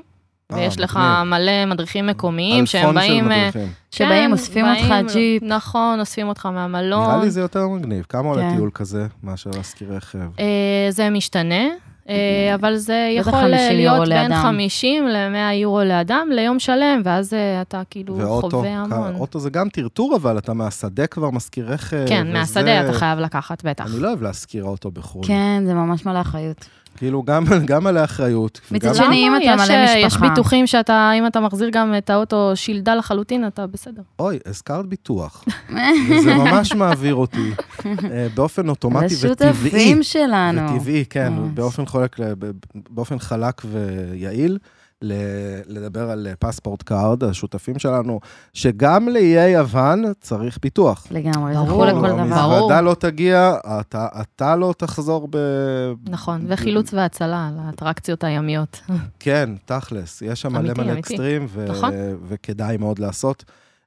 ויש לך מלא מדריכים מקומיים שהם באים... שבאים, אוספים אותך ג'יפ. נכון, אוספים אותך מהמלון. נראה לי זה יותר מגניב. כמה עולה טיול כזה, מאשר להזכיר רכב? זה משתנה, אבל זה יכול להיות בין 50 ל-100 יורו לאדם ליום שלם, ואז אתה כאילו חווה המון. ואוטו זה גם טרטור, אבל אתה מהשדה כבר מזכיר רכב. כן, מהשדה אתה חייב לקחת, בטח. אני לא אוהב להזכיר אוטו בחו"ל. כן, זה ממש מלא אחריות. כאילו, גם עלי אחריות. מצד שני, אם אתה מלא משפחה. יש ביטוחים שאתה, אם אתה מחזיר גם את האוטו שילדה לחלוטין, אתה בסדר. אוי, הזכרת ביטוח. וזה ממש מעביר אותי באופן אוטומטי וטבעי. לשותפים שלנו. וטבעי, כן, באופן חלק ויעיל. לדבר על פספורט קארד, השותפים שלנו, שגם לאיי יוון צריך ביטוח. לגמרי, זכו לכל דבר. המזוודה לא תגיע, אתה לא תחזור נכון, וחילוץ והצלה, לאטרקציות הימיות. כן, תכלס, יש שם מלא אקסטרים, וכדאי מאוד לעשות.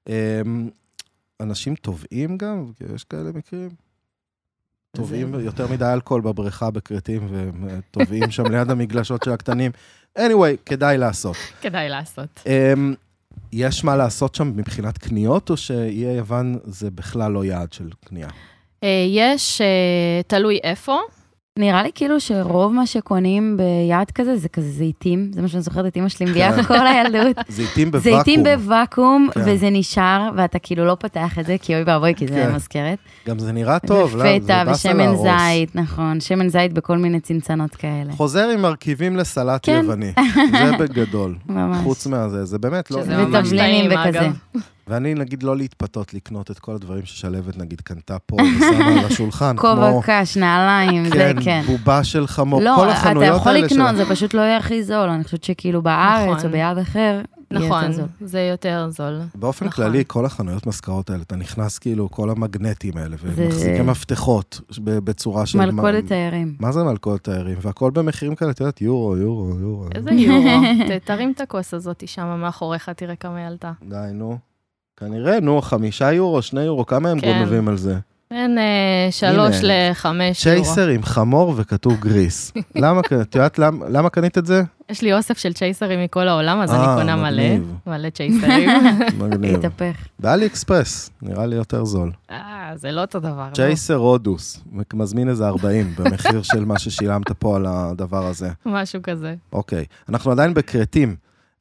אנשים טובעים גם, יש כאלה מקרים. טובעים יותר מדי אלכוהול בבריכה בקרטים, וטובעים שם ליד המגלשות של הקטנים. anyway, כדאי לעשות. כדאי לעשות. יש מה לעשות שם מבחינת קניות, או שאיי יוון זה בכלל לא יעד של קנייה? יש, תלוי איפה. נראה לי כאילו שרוב מה שקונים ביעד כזה, זה כזה זיתים, זה מה שאני זוכרת את אמא שלי מביאה כל הילדות. זיתים בוואקום. זיתים בוואקום, וזה נשאר, ואתה כאילו לא פותח את זה, כי אוי ואבוי, כי זה מזכרת. גם זה נראה טוב, לא? ופטה ושמן זית, נכון, שמן זית בכל מיני צנצנות כאלה. חוזר עם מרכיבים לסלט יווני, זה בגדול. חוץ מהזה, זה באמת לא... שזה ממש טעים, אגב. ואני נגיד לא להתפתות לקנות את כל הדברים ששלבת נגיד קנתה פה ושמה על השולחן. כובע קש, נעליים, זה כן. כן, בובה של חמור, לא, כל החנויות האלה. אתה יכול לקנות, זה פשוט לא יהיה הכי זול. אני חושבת שכאילו בארץ או ביד אחר, יהיה יותר זול. נכון, זה יותר זול. באופן כללי, כל החנויות מזכרות האלה, אתה נכנס כאילו כל המגנטים האלה, ומחזיקים מפתחות בצורה של... מלכודת תיירים. מה זה מלכודת תיירים? והכל במחירים כאלה, אתה יודעת, יורו. איזה יורו? תרים את הכוס הזאת שם מאחוריך, תראה כמה היא עלתה. די, נו. כנראה, 5 יורו, 2 יורו, כמה הם גונבים על זה? בין 3 ל-5 יורו. צ'ייסר עם חמור וכתוב גריס. את יודעת למה קנית את זה? יש לי אוסף של צ'ייסרים מכל העולם, אז אני קונה מלא צ'ייסרים. מגניב. להתהפך. באלי אקספרס, נראה לי יותר זול. זה לא אותו דבר. צ'ייסר רודוס, מזמין איזה 40 במחיר של מה ששילמת פה על הדבר הזה. משהו כזה. אוקיי, אנחנו עדיין בקרטים.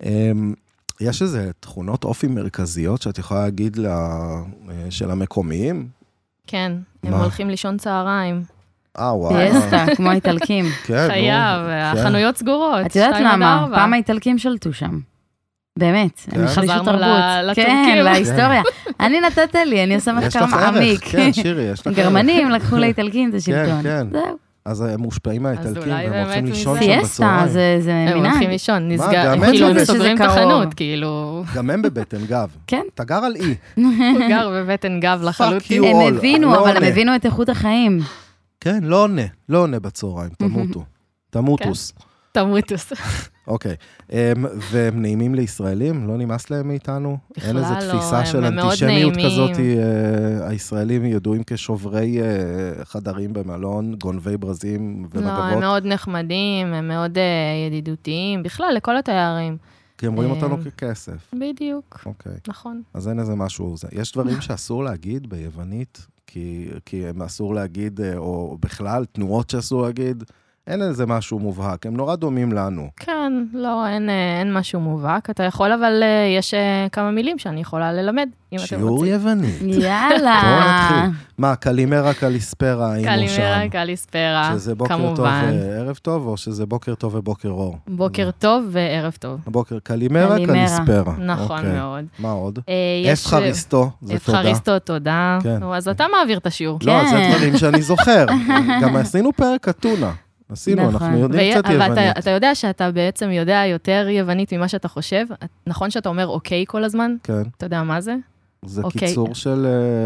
יש איזה תכונות אופי מרכזיות שאת יכולה להגיד של המקומיים? כן, הם הולכים לישון צהריים. וואו. פיאסטה, כמו האיטלקים. חייב, החנויות סגורות. את יודעת למה? פעם האיטלקים שלטו שם. באמת, אני חזרנו לטורקים. כן, להיסטוריה. אני נתת לי, אני עושה מחקר מעמיק. כן, שירי, יש לך ערך. גרמנים לקחו לאיטלקים את השלטון. כן, כן. זהו. אז הם מושפעים מהאיטלקים, והם הולכים לישון שם פיאסטה, בצהריים. זה הם הולכים לישון, כאילו הם סוגרים את החנות, כאילו. גם הם בבטן גב. כן. אתה גר על אי. הוא גר בבטן גב לחלוטין. הם הבינו, אבל הם הבינו את איכות החיים. כן, לא עונה בצהריים, תמותוס. תמותוס. אוקיי, והם נעימים לישראלים? לא נמאס להם מאיתנו? אין איזו תפיסה של אנטישמיות כזאת, הישראלים ידועים כשוברי חדרים במלון, גונבי ברזים ומגבות? לא, הם מאוד נחמדים, הם מאוד ידידותיים, בכלל, לכל התיירים. כי הם רואים אותנו ככסף. בדיוק, אוקיי. נכון. אז אין איזה משהו, יש דברים שאסור להגיד ביוונית, כי הם אסור להגיד, או בכלל, תנועות שאסור להגיד, אין איזה משהו מובהק, הם נורא דומים לנו. כן, לא, אין משהו מובהק. אתה יכול, אבל יש כמה מילים שאני יכולה ללמד, אם אתם רוצים. שיעור יווני. יאללה. בואו נתחיל. מה, קלימרה, קליספרה, היינו שם. קלימרה, קליספרה, כמובן. שזה בוקר טוב וערב טוב, או שזה בוקר טוב ובוקר אור? בוקר טוב וערב טוב. בוקר קלימרה, קליספרה. נכון מאוד. מה עוד? אפחריסטו, זה תודה. אפחריסטו, תודה. אז אתה מעביר את השיעור. לא, זה דברים שאני זוכר. גם עשינו פרק אתונה. עשינו, אנחנו יודעים קצת יוונית. אבל אתה יודע שאתה בעצם יודע יותר יוונית ממה שאתה חושב? נכון שאתה אומר אוקיי כל הזמן? כן. אתה יודע מה זה? זה קיצור של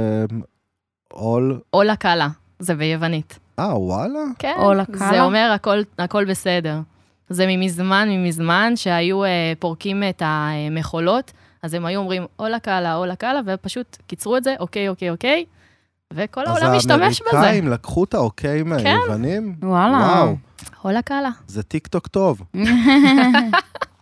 אולה קלה, זה ביוונית. וואלה? כן, זה אומר הכל בסדר. זה מזמן שהיו פורקים את המחולות, אז הם היו אומרים אולה קלה, ופשוט קיצרו את זה, אוקיי. וכל העולם משתמש בזה. אז האמריקאים לקחו את האוקיי מהיוונים? וואלה. אולה קלה. זה טיק טוק טוב.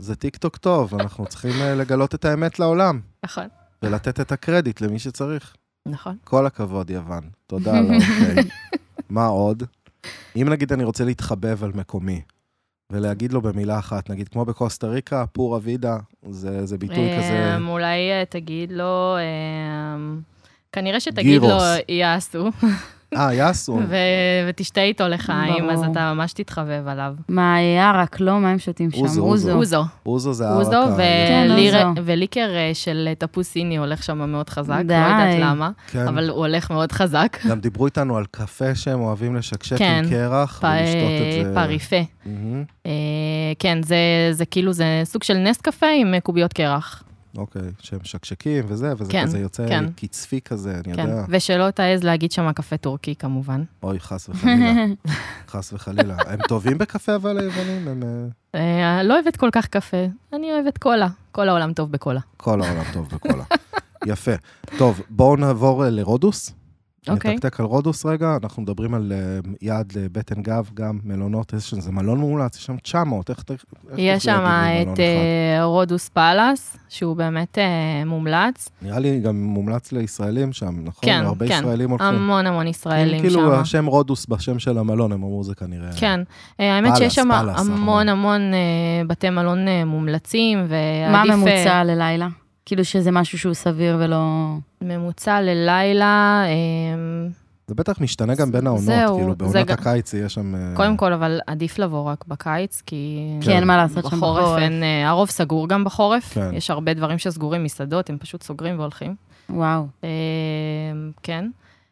זה טיקטוק טוב, אנחנו צריכים לגלות את האמת לעולם. נכון. ולתת את הקרדיט למי שצריך. נכון. כל הכבוד, יוון. תודה לה, אוקיי. מה עוד? אם נגיד אני רוצה להתחבב על מקומי, ולהגיד לו במילה אחת, נגיד כמו בקוסטה ריקה, פורה וידה, זה ביטוי כזה... אולי תגיד לו, כנראה שתגיד לו, יעשו. יעשו. ותשתה איתו לחיים, אז אתה ממש תתחבב עליו. מה, ערק, לא? מה הם שותים שם? אוזו. אוזו זה אוזו, הערק. וליקר של טפוס סיני הולך שם מאוד חזק, לא יודעת למה, אבל הוא הולך מאוד חזק. גם דיברו איתנו על קפה שהם אוהבים לשקשק עם קרח, ולשתות את זה. פריפה. כן, זה כאילו, זה סוג של נס קפה עם קוביות קרח. אוקיי, שהם שקשקים וזה כזה יוצא קצפי כזה, אני יודע. ושלא תעז להגיד שם קפה טורקי, כמובן. אוי, חס וחלילה. חס וחלילה. הם טובים בקפה, אבל היוונים הם... לא אוהבת כל כך קפה, אני אוהבת קולה. כל העולם טוב בקולה. כל העולם טוב בקולה. יפה. טוב, בואו נעבור לרודוס. נתקתק על רודוס רגע, אנחנו מדברים על יעד לבטן גב, גם מלונות, זה מלון מומלץ, יש שם 900, איך יש שם את רודוס פלאס, שהוא באמת מומלץ. נראה לי גם מומלץ לישראלים שם, נכון? כן, הרבה ישראלים הולכים. המון ישראלים שם. כאילו השם רודוס בשם של המלון, הם אמרו זה כנראה... כן, האמת שיש שם המון בתי מלון מומלצים, ועדיף... מה ממוצע ללילה? כאילו שזה משהו שהוא סביר ולא... ממוצע ללילה... זה בטח משתנה גם בין העונות, כאילו בעונת הקיץ יש שם... קודם כל, אבל עדיף לבוא רק בקיץ, כי... כן, מה לעשות שם בחורף? הרוב סגור גם בחורף, יש הרבה דברים שסגורים, מסעדות, הם פשוט סוגרים והולכים. וואו. כן.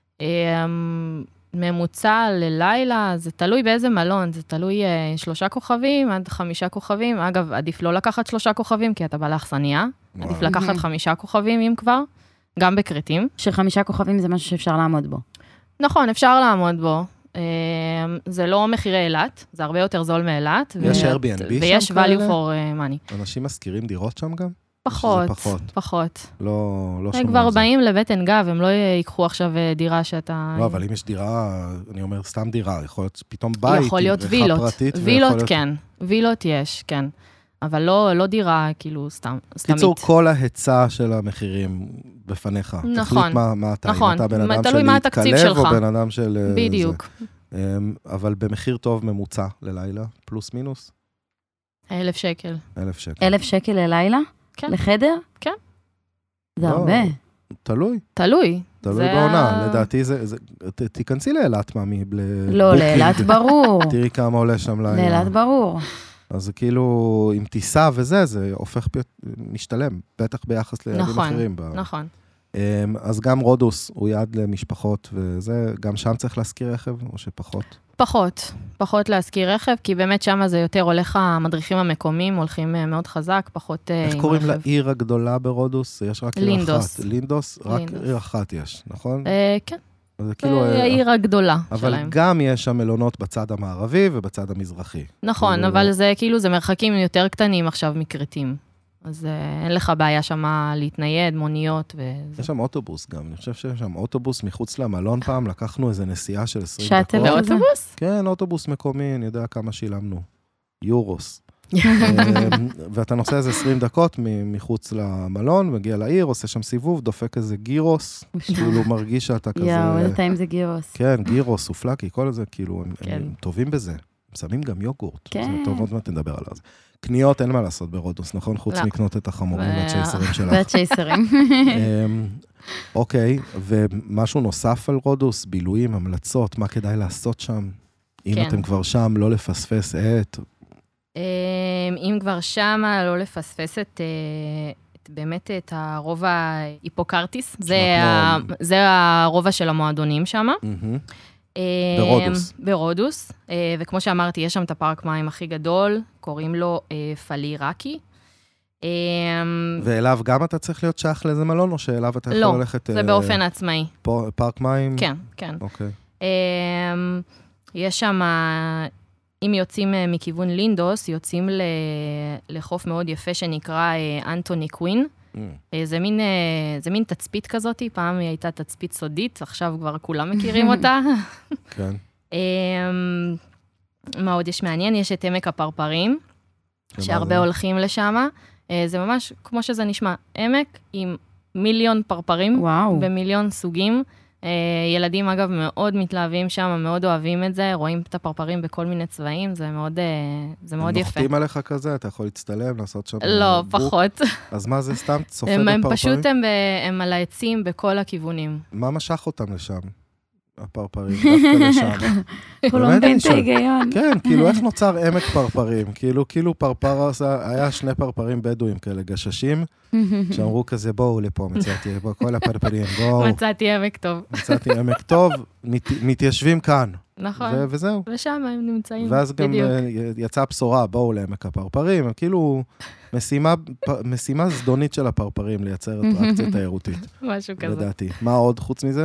ממוצע ללילה, זה תלוי באיזה מלון, זה תלוי 3 כוכבים עד 5 כוכבים. אגב, עדיף לא לקחת 3 כוכבים, כי אתה בא לאכסניה. עדיף לקחת 5 כוכבים, אם כבר, גם בקריטים. ש5 כוכבים זה משהו שאפשר לעמוד בו. נכון, אפשר לעמוד בו. זה לא מחירי אילת, זה הרבה יותר זול מאילת. יש Airbnb שם כאלה? ויש value for money. אנשים מזכירים דירות שם גם? פחות. לא הם כבר באים לבטן גב, הם לא ייקחו עכשיו דירה שאתה... לא, אבל אם יש דירה, אני אומר סתם דירה, יכול להיות פתאום בית, יכול להיות וילות, כן. וילות יש, כן. אבל לא דירה, כאילו, סתמית. קיצור, כל ההיצע של המחירים בפניך. נכון. תחליט מה אתה, נכון. אם אתה בן אדם תלוי מה התקציב להתקלב, שלך. או בן אדם של... בדיוק. אבל במחיר טוב ממוצע ללילה, פלוס מינוס? 1,000 שקל. 1,000 שקל. 1,000 שקל ללילה? כן. לחדר? כן. זה הרבה. תלוי. בעונה, לדעתי זה... תיכנסי לאילת, מאמי, לא, לאילת ברור. תראי כמה עולה שם לילה. לאילת ברור. אז זה כאילו, עם טיסה וזה, זה הופך משתלם, בטח ביחס ליעדים אחרים. נכון. אז גם רודוס הוא יעד למשפחות, וזה, גם שם צריך להזכיר רכב, או שפחות? פחות להזכיר רכב, כי באמת שם זה יותר הולך, המדריכים המקומיים הולכים מאוד חזק, פחות עם רכב. איך קוראים לעיר הגדולה ברודוס? יש רק עיר אחת. לינדוס. רק עיר אחת יש, נכון? כן. זה כאילו... העיר הגדולה אבל שלהם. גם יש שם מלונות בצד המערבי ובצד המזרחי. נכון, אבל זה כאילו, זה מרחקים יותר קטנים עכשיו מקריטים. אז אין לך בעיה שם להתנייד, מוניות וזה. יש שם אוטובוס גם, אני חושב שיש שם אוטובוס מחוץ למלון פעם, לקחנו איזה נסיעה של 20 דקות. שאתם באוטובוס? כן, אוטובוס מקומי, אני יודע כמה שילמנו. יורוס. ואתה נוסע איזה 20 דקות מחוץ למלון, מגיע לעיר, עושה שם סיבוב, דופק איזה גירוס, כאילו מרגיש שאתה כזה... יאו, איזה טעים זה גירוס. כן, גירוס, סופלקי, כל זה, כאילו, הם טובים בזה. הם שמים גם יוגורט. כן. זה טוב, עוד מעט נדבר על זה. קניות אין מה לעשות ברודוס, נכון? חוץ לקנות את החמורים והצ'ייסרים שלך. והצ'ייסרים. אוקיי, ומשהו נוסף על רודוס, בילויים, המלצות, מה כדאי לעשות שם? אם אתם כבר שם, לא לפספס את... אם כבר שם, לא לפספס באמת את הרובע היפוקרטיס, זה הרובע של המועדונים שם. ברודוס, וכמו שאמרתי, יש שם את הפארק מים הכי גדול, קוראים לו פלירקי. ואליו גם אתה צריך להיות שייך לאיזה מלון, או שאליו אתה יכול ללכת... לא, זה באופן עצמאי. פארק מים? כן, כן. אוקיי. יש שם, אם יוצאים מכיוון לינדוס, יוצאים לחוף מאוד יפה שנקרא אנטוני קווין. זה מין תצפית כזאת, פעם היא הייתה תצפית סודית, עכשיו כבר כולם מכירים אותה. כן. מה עוד יש מעניין? יש את עמק הפרפרים, שהרבה הולכים לשם. זה ממש כמו שזה נשמע, עמק עם מיליון פרפרים, במיליון סוגים. ילדים אגב מאוד מתלהבים שם, מאוד אוהבים את זה, רואים את הפרפרים בכל מיני צבעים, זה מאוד יפה. הם נוחתים עליך כזה? אתה יכול להצטלם, לעשות שם לא, פחות. אז מה זה סתם צופה בפרפרים? הם פשוט, הם על העצים בכל הכיוונים. מה משך אותם לשם? הפרפרים, דווקא לשם. הוא לא מבין את ההיגיון. כן, כאילו איך נוצר עמק פרפרים? כאילו פרפר, היה 2 פרפרים בדואים כאלה, גששים, שאמרו כזה, בואו לפה, מצאתי, בואו, כל הפרפרים, בואו. מצאתי עמק טוב. מצאתי עמק טוב, מתיישבים כאן. נכון. וזהו. ושם הם נמצאים. ואז גם יצאה בשורה, בואו לעמק הפרפרים, הם כאילו משימה זדונית של הפרפרים, לייצר אטרקציה תיירותית. משהו כזה. לדעתי. מה עוד חוץ מזה?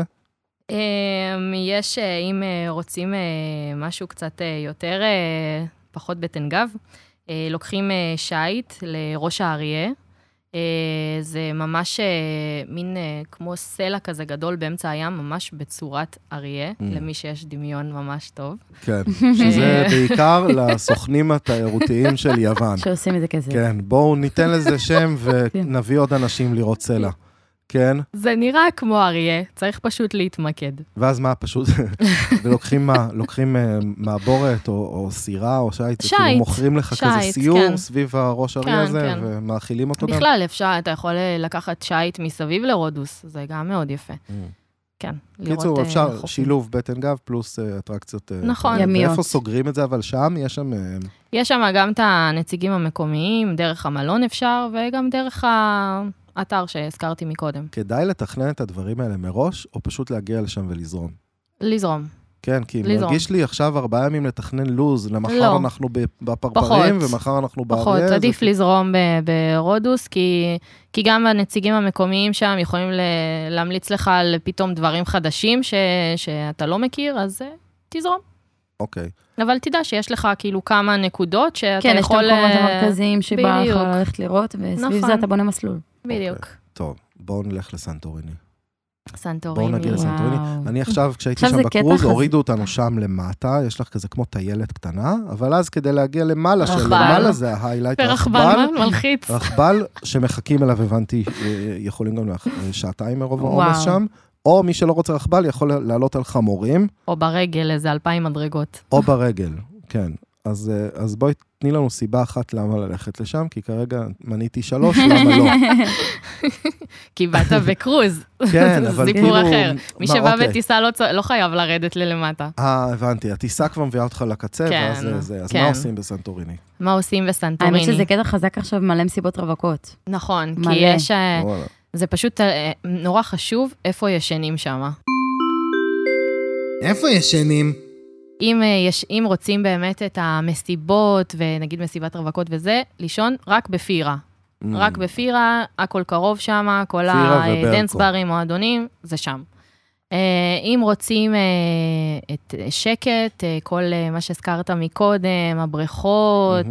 יש, אם רוצים משהו קצת יותר, פחות בטן גב, לוקחים שייט לראש האריה. זה ממש מין כמו סלע כזה גדול באמצע הים, ממש בצורת אריה, למי שיש דמיון ממש טוב. כן, שזה בעיקר לסוכנים התיירותיים של יוון. שעושים את זה כזה. כן, בואו ניתן לזה שם ונביא עוד אנשים לראות סלע. כן. זה נראה כמו אריה, צריך פשוט להתמקד. ואז מה, פשוט, ולוקחים מה? לוקחים מעבורת או סירה או שייט, שייט. כאילו מוכרים לך שייט, כזה סיור כן. סביב הראש אריה הזה, כן. ומאכילים אותו גם? בכלל אפשר, אתה יכול לקחת שייט מסביב לרודוס, זה גם מאוד יפה. כן, לראות קיצור, אפשר חופים. שילוב בטן גב פלוס אטרקציות. נכון. ימיות. ואיפה סוגרים את זה, אבל שם יש שם... יש שם גם את הנציגים המקומיים, דרך המלון אפשר, וגם דרך האתר שהזכרתי מקודם. כדאי לתכנן את הדברים האלה מראש, או פשוט להגיע לשם ולזרום? לזרום. כן, כי לזרום. מרגיש לי עכשיו 4 ימים לתכנן לוז, למחר לא. אנחנו בפרפרים, ומחר אנחנו באריה. פחות, עדיף לזרום ברודוס, כי גם הנציגים המקומיים שם יכולים להמליץ לך על פתאום דברים חדשים שאתה לא מכיר, אז תזרום. אוקיי. אבל תדע שיש לך כאילו כמה נקודות שאתה כן, יכול... יש את המקומות המרכזיים שבא לך בדיוק. ללכת לראות, וסביב נכון. זה אתה בונה מסלול. בדיוק. טוב, בואו נלך לסנטוריני. סנטוריני. בואו נגיע לסנטוריני. אני עכשיו, כשהייתי עכשיו שם זה קטע בקרוז, חזק. הורידו אותנו שם למטה, יש לך כזה כמו טיילת קטנה, אבל אז כדי להגיע למעלה, רכבל. שלמעלה זה ההיילייט, רכבל מלחיץ. רכבל שמחכים אליו, הבנתי, יכולים גם 2 מרוב וואו. העומס שם, או מי שלא רוצה רכבל יכול לעלות על חמורים, או ברגל, איזה 2,000 מדרגות. או ברגל, כן. אז בואי תני לנו סיבה אחת למה ללכת לשם, כי כרגע מניתי 3, למה לא? כי באת בקרוז. כן, אבל זה כאילו... סיפור אחר. מי שבא אוקיי. בטיסה לא חייב לרדת ללמטה. הבנתי. הטיסה כבר מביאה אותך לקצה, כן, ואז זה. אז כן. מה עושים בסנטוריני? מה עושים בסנטוריני? האמת שזה קטע חזק עכשיו מלא מסיבות רווקות. נכון, מלא. כי יש... וואלה. זה פשוט נורא חשוב איפה ישנים שם. איפה ישנים? אם רוצים באמת את המסיבות, ונגיד מסיבת רווקות וזה, לישון רק בפירה. רק בפירה, הכל קרוב שם, כל פירה הדנס וברקו. ברים, מועדונים, זה שם. אם רוצים את שקט, כל מה שהזכרת מקודם, הבריכות,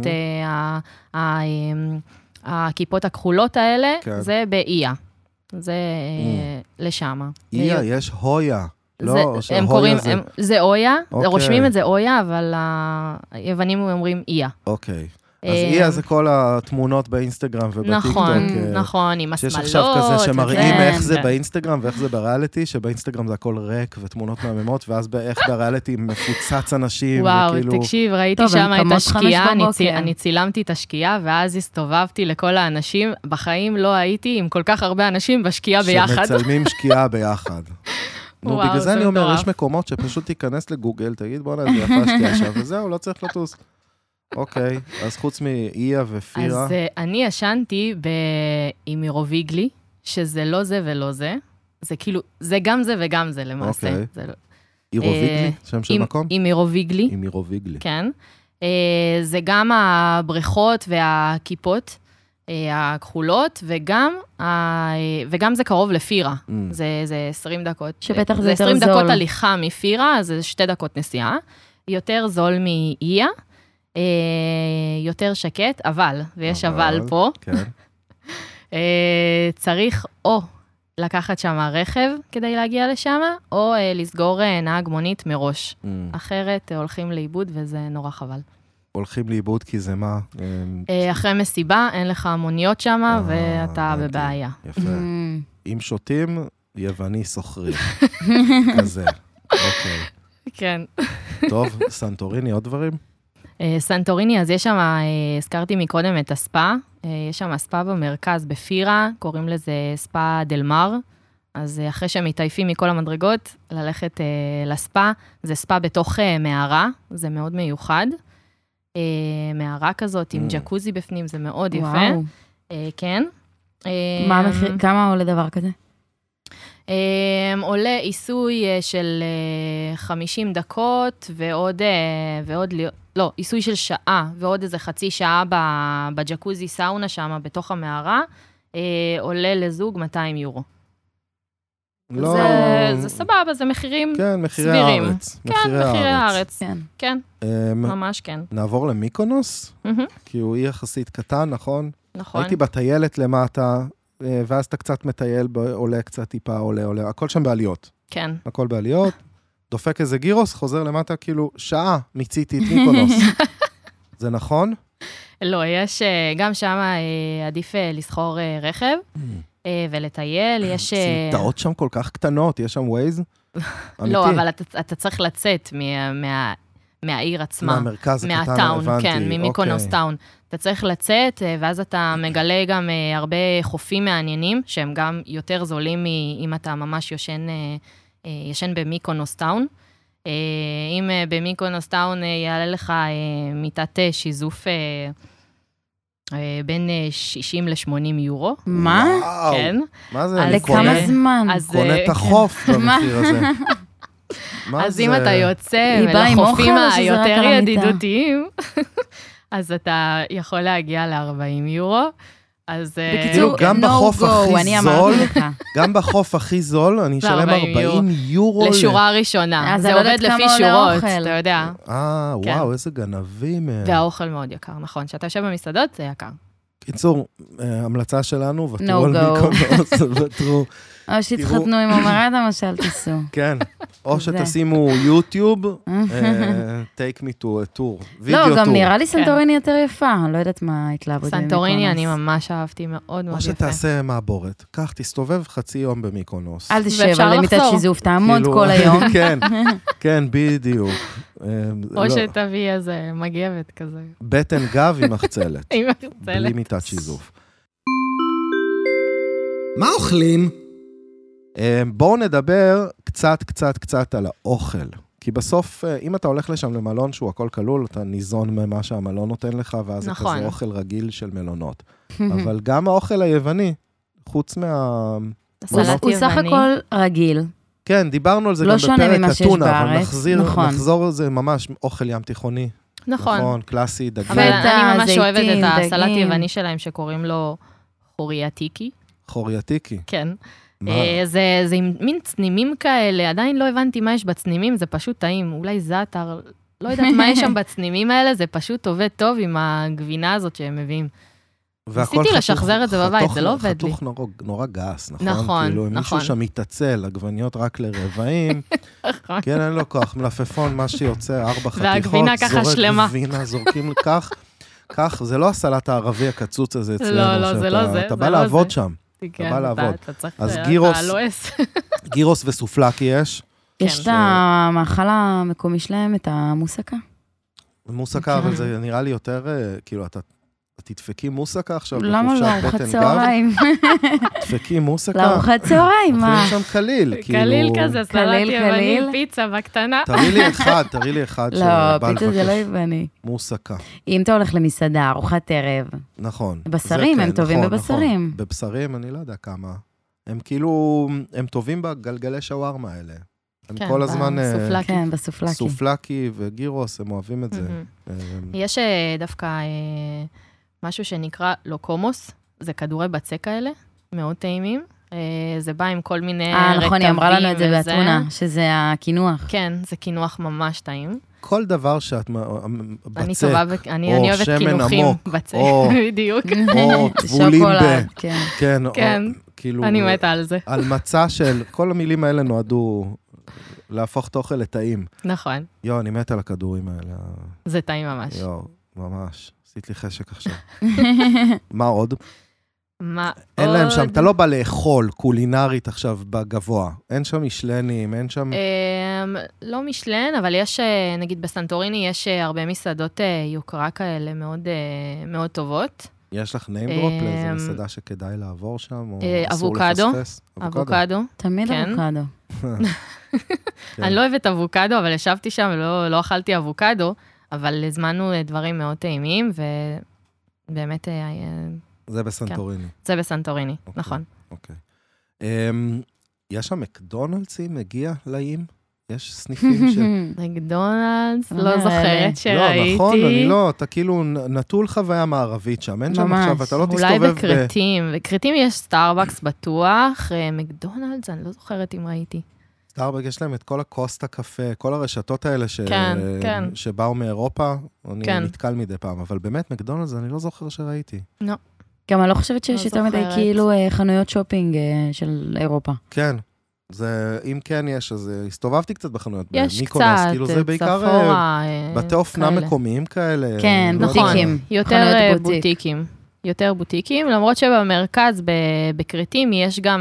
הכיפות הכחולות האלה, כן. זה באיה. זה לשם. איה, יש הויה. לא, הם קוראים, זה... זה אויה, אוקיי. רושמים את זה אויה, אבל היוונים אומרים איה. אוקיי. אז איה זה כל התמונות באינסטגרם ובטיקטוק. נכון, נכון, עם שיש השמלות. עכשיו כזה שמראים כן, איך זה כן. באינסטגרם ואיך זה בריאליטי, שבאינסטגרם זה הכל ריק ותמונות מהממות, ואז איך בריאליטי מפוצץ אנשים. וואו, וכאילו... תקשיב, ראיתי טוב, שם הן את קמות השקיעה, 5 בבוקר. אני צילמתי את השקיעה, ואז הסתובבתי לכל האנשים, בחיים לא הייתי עם כל כך הרבה אנשים בשקיעה ביחד. שמצלמים שקיעה ביחד. נו, וואו, בגלל זה זה אני אומר, מטורף. יש מקומות שפשוט תיכנס לגוגל, תגיד, בוא נעזר, יפה השקיעה שם, וזהו, לא צריך לטוס. אוקיי, אז חוץ מאיה ופירה... אז אני ישנתי באמירוביגלי, שזה לא זה ולא זה. זה כאילו, זה גם זה וגם זה למעשה. אוקיי. זה לא- אירוביגלי, שם של מקום? אמירוביגלי, אירוביגלי. כן. זה גם הבריכות והכיפות הכחולות, וגם זה קרוב לפירה. זה 20 דקות. שבטח זה זה יותר 20 דקות זול. הליכה מפירה, אז זה 2 דקות נסיעה. יותר זול מאיה, יותר שקט, ויש אבל פה, כן. צריך או לקחת שם רכב כדי להגיע לשם, או לסגור נהג מונית מראש. אחרת הולכים לאיבוד וזה נורא חבל. הולכים לאיבוד כי זה מה? אחרי מסיבה, אין לך המוניות שם, ואתה בבעיה. יפה. אם שותים, יווני סוחרים. כזה. אוקיי. כן. טוב, סנטוריני, עוד דברים? סנטוריני, אז יש שם, הזכרתי מקודם את הספה, יש שם ספה במרכז בפירה, קוראים לזה ספה דלמר, אז אחרי שהם מתעייפים מכל המדרגות, ללכת לספה, זה ספה בתוך מערה, זה מאוד מיוחד, מערה כזאת עם ג'קוזי בפנים, זה מאוד יפה. כן. מה המחיר, כמה עולה דבר כזה? עולה עיסוי של 50 דקות ועוד, לא, עיסוי של שעה ועוד איזה חצי שעה בג'קוזי סאונה שם בתוך המערה, עולה לזוג 200 יורו. לא. זה סבבה, זה מחירים כן, מחירי סבירים. הארץ. כן, מחירי הארץ. כן, ממש כן. נעבור למיקונוס, כי הוא אי יחסית קטן, נכון? נכון. הייתי בטיילת למטה, ואז אתה קצת מטייל, עולה קצת טיפה, עולה, הכל שם בעליות. כן. הכל בעליות, דופק איזה גירוס, חוזר למטה, כאילו, שעה מיציתי את מיקונוס. זה נכון? לא, יש, גם שם עדיף לסחור רכב, ולטייל, יש... סמטאות שם כל כך קטנות, יש שם ווייז? לא, אבל אתה צריך לצאת מהעיר עצמה. מהמרכז הקטן, מהטאון, הבנתי. כן, ממיקונוס טאון. אתה צריך לצאת, ואז אתה מגלה גם הרבה חופים מעניינים, שהם גם יותר זולים אם אתה ממש ישן במיקונוס טאון. אם במיקונוס טאון יעלה לך מיטת שיזוף בין 60 ל-80 יורו. מה? כן. מה זה? לכמה זמן? קונה את החוף במחיר הזה. אז אם אתה יוצא לחופים היותר ידידותיים, אז אתה יכול להגיע ל-40 יורו. בקיצור, no go, אני אמרתי לך. גם בחוף הכי זול, אני אשלם 40 יורו. לשורה הראשונה. זה עובד לפי שורות, אתה יודע. וואו, איזה גנבים. והאוכל מאוד יקר, נכון. כשאתה יושב במסעדות, זה יקר. קיצור, המלצה שלנו, ותרו על מיקונוס, ותרו. או שתתחתנו עם עומרדה, או שאל תיסעו. כן, או שתשימו יוטיוב, take me to a tour, וידאו טור. לא, גם נראה לי סנטוריני יותר יפה, לא יודעת מה התלהבות. סנטוריני אני ממש אהבתי, מאוד מאוד יפה. או שתעשה מעבורת, כך, תסתובב חצי יום במיקונוס. אל תשב על מיטת שיזוף, תעמוד כל היום. כן, כן, בדיוק. או שתביא איזה מגבת כזה. בטן גב עם מחצלת. עם מחצלת. בלי מיטת שיזוף. מה אוכלים? בואו נדבר קצת על האוכל. כי בסוף, אם אתה הולך לשם למלון שהוא הכל כלול, אתה ניזון ממה שהמלון נותן לך, ואז זה כזה אוכל רגיל של מלונות. אבל גם האוכל היווני, חוץ הוא סך הכל רגיל. כן, דיברנו על זה גם בפרק אתונה, אבל נחזור על זה ממש אוכל ים תיכוני. נכון. קלאסי, דגים. אבל אני ממש אוהבת את הסלט היווני שלהם, שקוראים לו חוריאטיקי. חוריאטיקי? כן. זה עם מין צנימים כאלה, עדיין לא הבנתי מה יש בצנימים, זה פשוט טעים, אולי זאטר, לא יודעת מה יש שם בצנימים האלה, זה פשוט עובד טוב עם הגבינה הזאת שהם מביאים. ניסיתי לשחזר את זה בבית, זה לא עובד לי. חתוך נורא גס, נכון? נכון, כאילו, מישהו שם מתעצל, עגבניות רק לרבעים, כן, אין לו כוח, מלפפון, מה שיוצא, 4 חתיכות, והגבינה ככה שלמה. גבינה, זורקים כך, זה לא הסלט הערבי הקצוץ הזה אצלנו, לא, זה לא זה. אתה בא לעבוד שם. אתה בא לעבוד. אז גירוס וסופלקי יש. יש את המאכל המקומי שלהם, את המוסקה. מוסקה, אבל זה נראה לי יותר, כאילו, אתה תדפקי מוסקה עכשיו בחופשת בטן גב? למה לא? ארוחת צהריים. תדפקי מוסקה? לארוחת צהריים, מה? אוכלים שם קליל. קליל כזה, סלט יווני, פיצה בקטנה. תראי לי אחד לא, פיצה זה לא יווני. מוסקה. אם אתה הולך למסעדה, ארוחת ערב. נכון. בשרים, הם טובים בבשרים. בבשרים, אני לא יודע כמה. הם כאילו, הם טובים בגלגלי שווארמה האלה. הם כל הזמן... כן, בסופלקי. סופלקי וגירוס, הם אוהבים את זה. יש דווקא משהו שנקרא לוקומוס, זה כדורי בצק כאלה, מאוד טעימים. זה בא עם כל מיני רטבים. נכון, היא אמרה לנו את זה באתונה, שזה הקינוח. כן, זה קינוח ממש טעים. כל דבר שאת בצק, אני אוהבת קינוחים בצק, בדיוק. או טבולים כן, אני מתה על זה. על מצע של, כל המילים האלה נועדו להפוך את האוכל לטעים. נכון. אני מת על הכדורים האלה. זה טעים ממש. ממש. עשית לי חשק עכשיו. מה עוד? מה עוד? אין להם שם, אתה לא בא לאכול קולינרית עכשיו בגבוה. אין שם משלנים, אין שם... לא משלן, אבל יש, נגיד בסנטוריני, יש הרבה מסעדות יוקרה כאלה מאוד טובות. יש לך name drop לאיזה מסעדה שכדאי לעבור שם? אבוקדו. אבוקדו. תמיד אבוקדו. אני לא אוהבת אבוקדו, אבל ישבתי שם ולא אכלתי אבוקדו, אבל הזמנו דברים מאוד טעימים, ובאמת... זה בסנטוריני. זה בסנטוריני, נכון. אוקיי. יש שם מקדונלדסים, מגיע לאיים? יש סניפים ש... מקדונלדס, לא זוכרת שראיתי. לא, נכון, אני לא, אתה כאילו נטול חוויה מערבית שם, אין שם עכשיו, אתה לא תסתובב... אולי בקרטים, בקרטים יש סטארבקס בטוח, מקדונלדס, אני לא זוכרת אם ראיתי. סטארבקס, יש להם את כל הקוסטה קפה, כל הרשתות האלה שבאו מאירופה, אני נתקל מדי פעם, אבל באמת מקדונלדס, אני לא זוכר שראיתי. לא. גם אני לא חושבת שיש יותר מדי כאילו חנויות שופינג של אירופה. כן. זה, אם כן יש, אז הסתובבתי קצת בחנויות. יש קצת, כאילו זה בעיקר בתי אופנה מקומיים כאלה. כן, בוטיקים. יותר בוטיקים. יותר בוטיקים, למרות שבמרכז, בקרטים, יש גם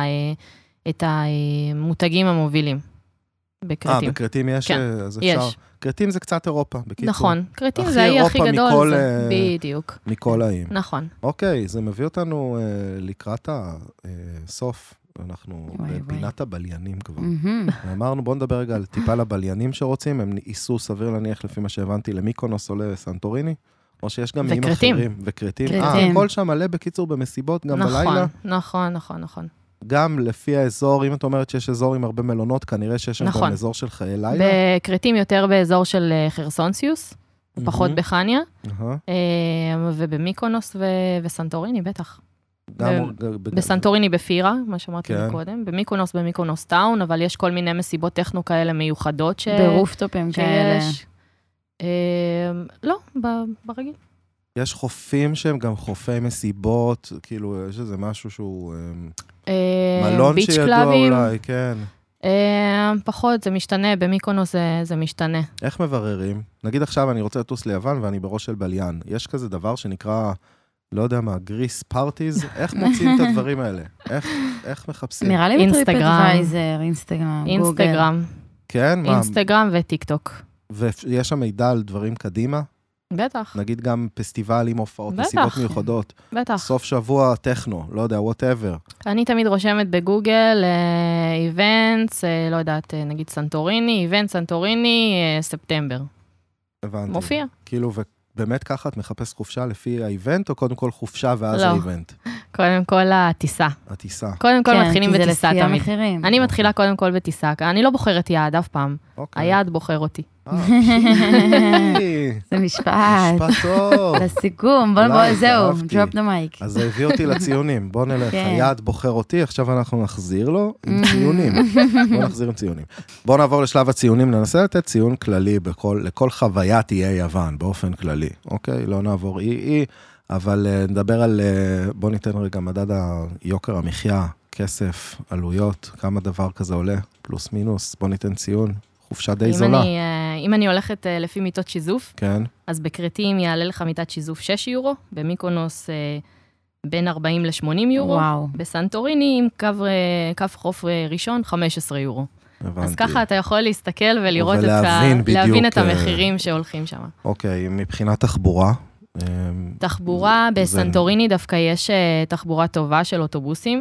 את המותגים המובילים. בקרטים. בקרטים יש, אז אפשר. קרטים זה קצת אירופה, בקיצור. נכון, קרטים זה האי הכי גדול, בדיוק. מכל האיים. נכון. אוקיי, זה מביא אותנו לקראת הסוף. אנחנו בפינת הבליינים כבר. אמרנו, בואו נדבר רגע על טיפה לבליינים שרוצים, הם ייסעו סביר להניח לפי מה שהבנתי למיקונוס או לסנטוריני, או שיש גם מים אחרים. וקרטים. הכל שם מלא בקיצור במסיבות, גם בלילה. נכון. גם לפי האזור, אם את אומרת שיש אזור עם הרבה מלונות, כנראה שיש שם גם אזור של חיי לילה. בקרטים יותר באזור של חרסונסיוס, פחות בחניה, ובמיקונוס וסנטוריני בטח. בסנטוריני בפירה, מה שאמרתי קודם, במיקונוס טאון, אבל יש כל מיני מסיבות טכנו כאלה מיוחדות ברופטופים כאלה. לא, ברגיל. יש חופים שהם גם חופי מסיבות, כאילו יש איזה משהו שהוא מלון שידוע אולי, כן. פחות, זה משתנה, במיקונוס זה משתנה. איך מבררים? נגיד עכשיו אני רוצה לטוס ליוון ואני בראש של בליין. יש כזה דבר שנקרא... לא יודע מה, גריס פארטיז, איך מוצאים את הדברים האלה? איך מחפשים? נראה לי בטריפ-אדוויזר, אינסטגרם, גוגל. כן, מה? אינסטגרם וטיקטוק. ויש שם מידע על דברים קדימה? בטח. נגיד גם פסטיבלים, הופעות, מסיבות מיוחדות. בטח. סוף שבוע טכנו, לא יודע, whatever. אני תמיד רושמת בגוגל, איבנטס, לא יודעת, נגיד סנטוריני, איבנט סנטוריני, ספטמבר. הבנתי. מופיע. כאילו, באמת ככה את מחפש חופשה לפי האיבנט, או קודם כל חופשה ואז האיבנט? קודם כל הטיסה. הטיסה. קודם כל מתחילים בטיסה תמיד. המחירים. אני מתחילה קודם כל בטיסה. אני לא בוחרת יעד אף פעם. היעד בוחר אותי. זה משפט. משפט טוב. לסיכום, בוא, זהו, drop the mic. אז זה הביא אותי לציונים. בוא נלך, היעד בוחר אותי, עכשיו אנחנו נחזיר לו עם ציונים. בוא נחזיר עם ציונים. בוא נעבור לשלב הציונים, ננסה לתת ציון כללי לכל חוויית איי יוון, באופן כללי. אוקיי? לא נעבור אי, אבל נדבר על, בוא ניתן רגע מדד היוקר המחיה, כסף, עלויות, כמה דבר כזה עולה, פלוס מינוס, בוא ניתן ציון. חופשה די זולה. אם אני הולכת לפי מיטות שיזוף, כן. אז בקרטים יעלה לך מיטת שיזוף 6 יורו, במיקונוס בין 40 ל-80 יורו, וואו. בסנטוריני עם קו חוף ראשון 15 יורו. הבנתי. אז ככה אתה יכול להסתכל ולראות להבין את המחירים שהולכים שם. אוקיי, מבחינת תחבורה? תחבורה, בסנטוריני דווקא יש תחבורה טובה של אוטובוסים.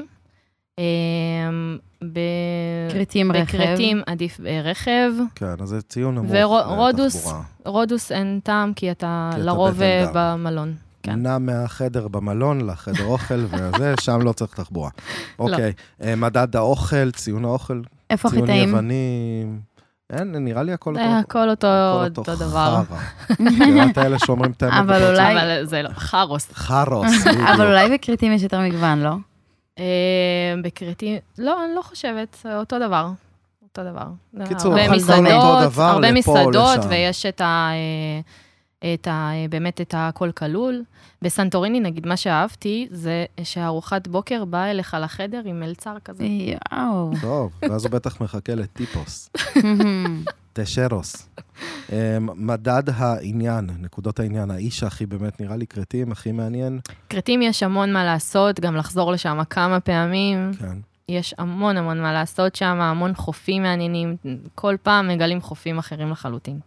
בקרטים עדיף רכב. כן, אז זה ציון נמוך. ורודוס אין טעם, כי אתה לרוב במלון. נע מהחדר במלון לחדר אוכל, וזה, שם לא צריך תחבורה. אוקיי, מדד האוכל, ציון האוכל. איפה חיטאים? ציון יווני, נראה לי הכל אותו דבר. קראת האלה שאומרים את האמת. אבל זה לא, חרוס. חרוס. אבל אולי בקרטים יש יותר מגוון, לא? בקרטים, לא, אני לא חושבת, אותו דבר. קיצור, הרבה מסעדות, הרבה מסעדות, ויש את באמת את הכל כלול. בסנטוריני, נגיד, מה שאהבתי, זה שהארוחת בוקר באה אליך לחדר עם מלצר כזה. יאו. טוב, ואז הוא בטח מחכה לטיפוס. תשרוס. מדד העניין, נקודות העניין, האיש הכי באמת נראה לי קרטים, הכי מעניין. קרטים יש המון מה לעשות, גם לחזור לשם כמה פעמים. כן. יש המון המון מה לעשות שם, המון חופים מעניינים, כל פעם מגלים חופים אחרים לחלוטין.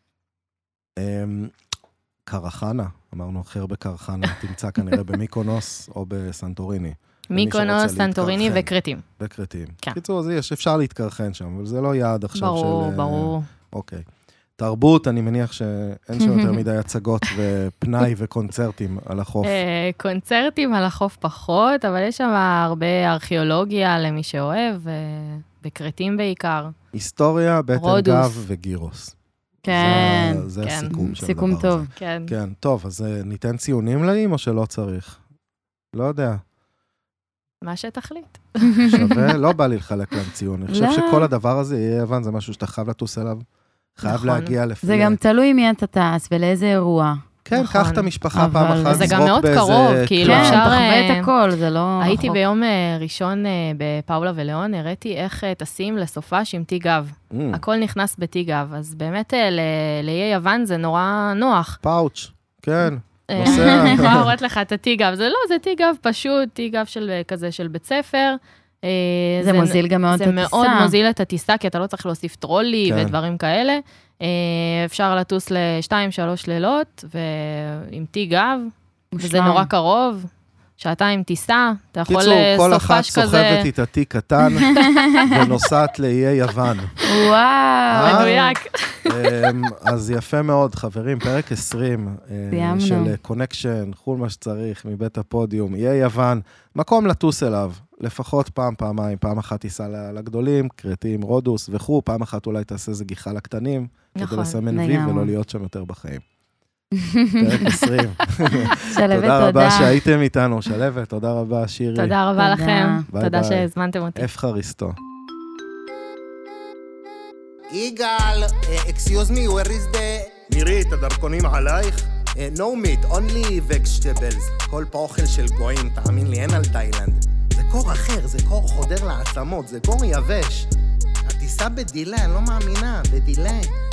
קרחנה, אמרנו אחר בקרחנה, תמצא כנראה במיקונוס או בסנטוריני. מיקונוס, סנטוריני וקרטים. וקרטים. כן. קיצור, אפשר להתקרחן שם, אבל זה לא יעד עכשיו ברור, של... ברור. אוקיי. תרבות, אני מניח שאין שם יותר מדי הצגות ופנאי וקונצרטים על החוף. קונצרטים על החוף פחות, אבל יש שם הרבה ארכיאולוגיה למי שאוהב, וקרטים בעיקר. היסטוריה, בטן גב וגירוס. כן. זה הסיכום של הדבר הזה. סיכום טוב. כן. כן, טוב, אז ניתן ציונים להם או שלא צריך? לא יודע. מה שתחליט. שווה? לא בא לי לחלק להם ציון. אני חושב שכל הדבר הזה יהיה יוון, זה משהו שאתה חייב לטוס אליו. חייב להגיע לפי... זה גם תלוי מי אתה טס ולאיזה אירוע. כן, קח את המשפחה פעם אחת, זה גם מאוד קרוב, כאילו אפשר... כן, תחווה את הכל, זה לא... הייתי ביום ראשון בפאולה ולאון, הראיתי איך טסים לסופש עם תיק גב. הכל נכנס בתיק גב, אז באמת לאיי יוון זה נורא נוח. פאוץ', כן. נוסע. אני יכולה לראות לך את התיק גב, זה לא, זה תיק גב פשוט, תיק גב כזה של בית ספר. זה מוזיל גם מאוד את הטיסה. זה מאוד מוזיל את הטיסה, כי אתה לא צריך להוסיף טרולי ודברים כאלה. אפשר לטוס ל2-3 לילות, ועם תיק גב, וזה נורא קרוב, שעתיים טיסה, אתה יכול קיצור, כל אחת סופש כזה. סוחבת איתה תיק קטן, ונוסעת לאיי יוון. וואו. מדויק. אז יפה מאוד, חברים, פרק 20 של קונקשן, חול מה שצריך, מבית הפודיום, איי יוון, מקום לטוס אליו, לפחות פעמיים, פעם אחת טיסה לגדולים, קרטים, רודוס וכו', פעם אחת אולי תעשה איזה גיחה לקטנים, כדי לסמן וי ולא להיות שם יותר בחיים. פרק 20. תודה רבה שהייתם איתנו, שלבת, תודה רבה שירי. תודה רבה לכם, תודה שהזמנתם אותי. אפחריסטו. יגאל, excuse me, where is the... מירי, את הדרכונים עלייך? no meat, only vegetables. כל פה אוכל של גויים, תאמין לי, אין על תאילנד. זה קור אחר, זה קור חודר לעצמות, זה קור יבש. הטיסה בדילה, אני לא מאמינה, בדילה.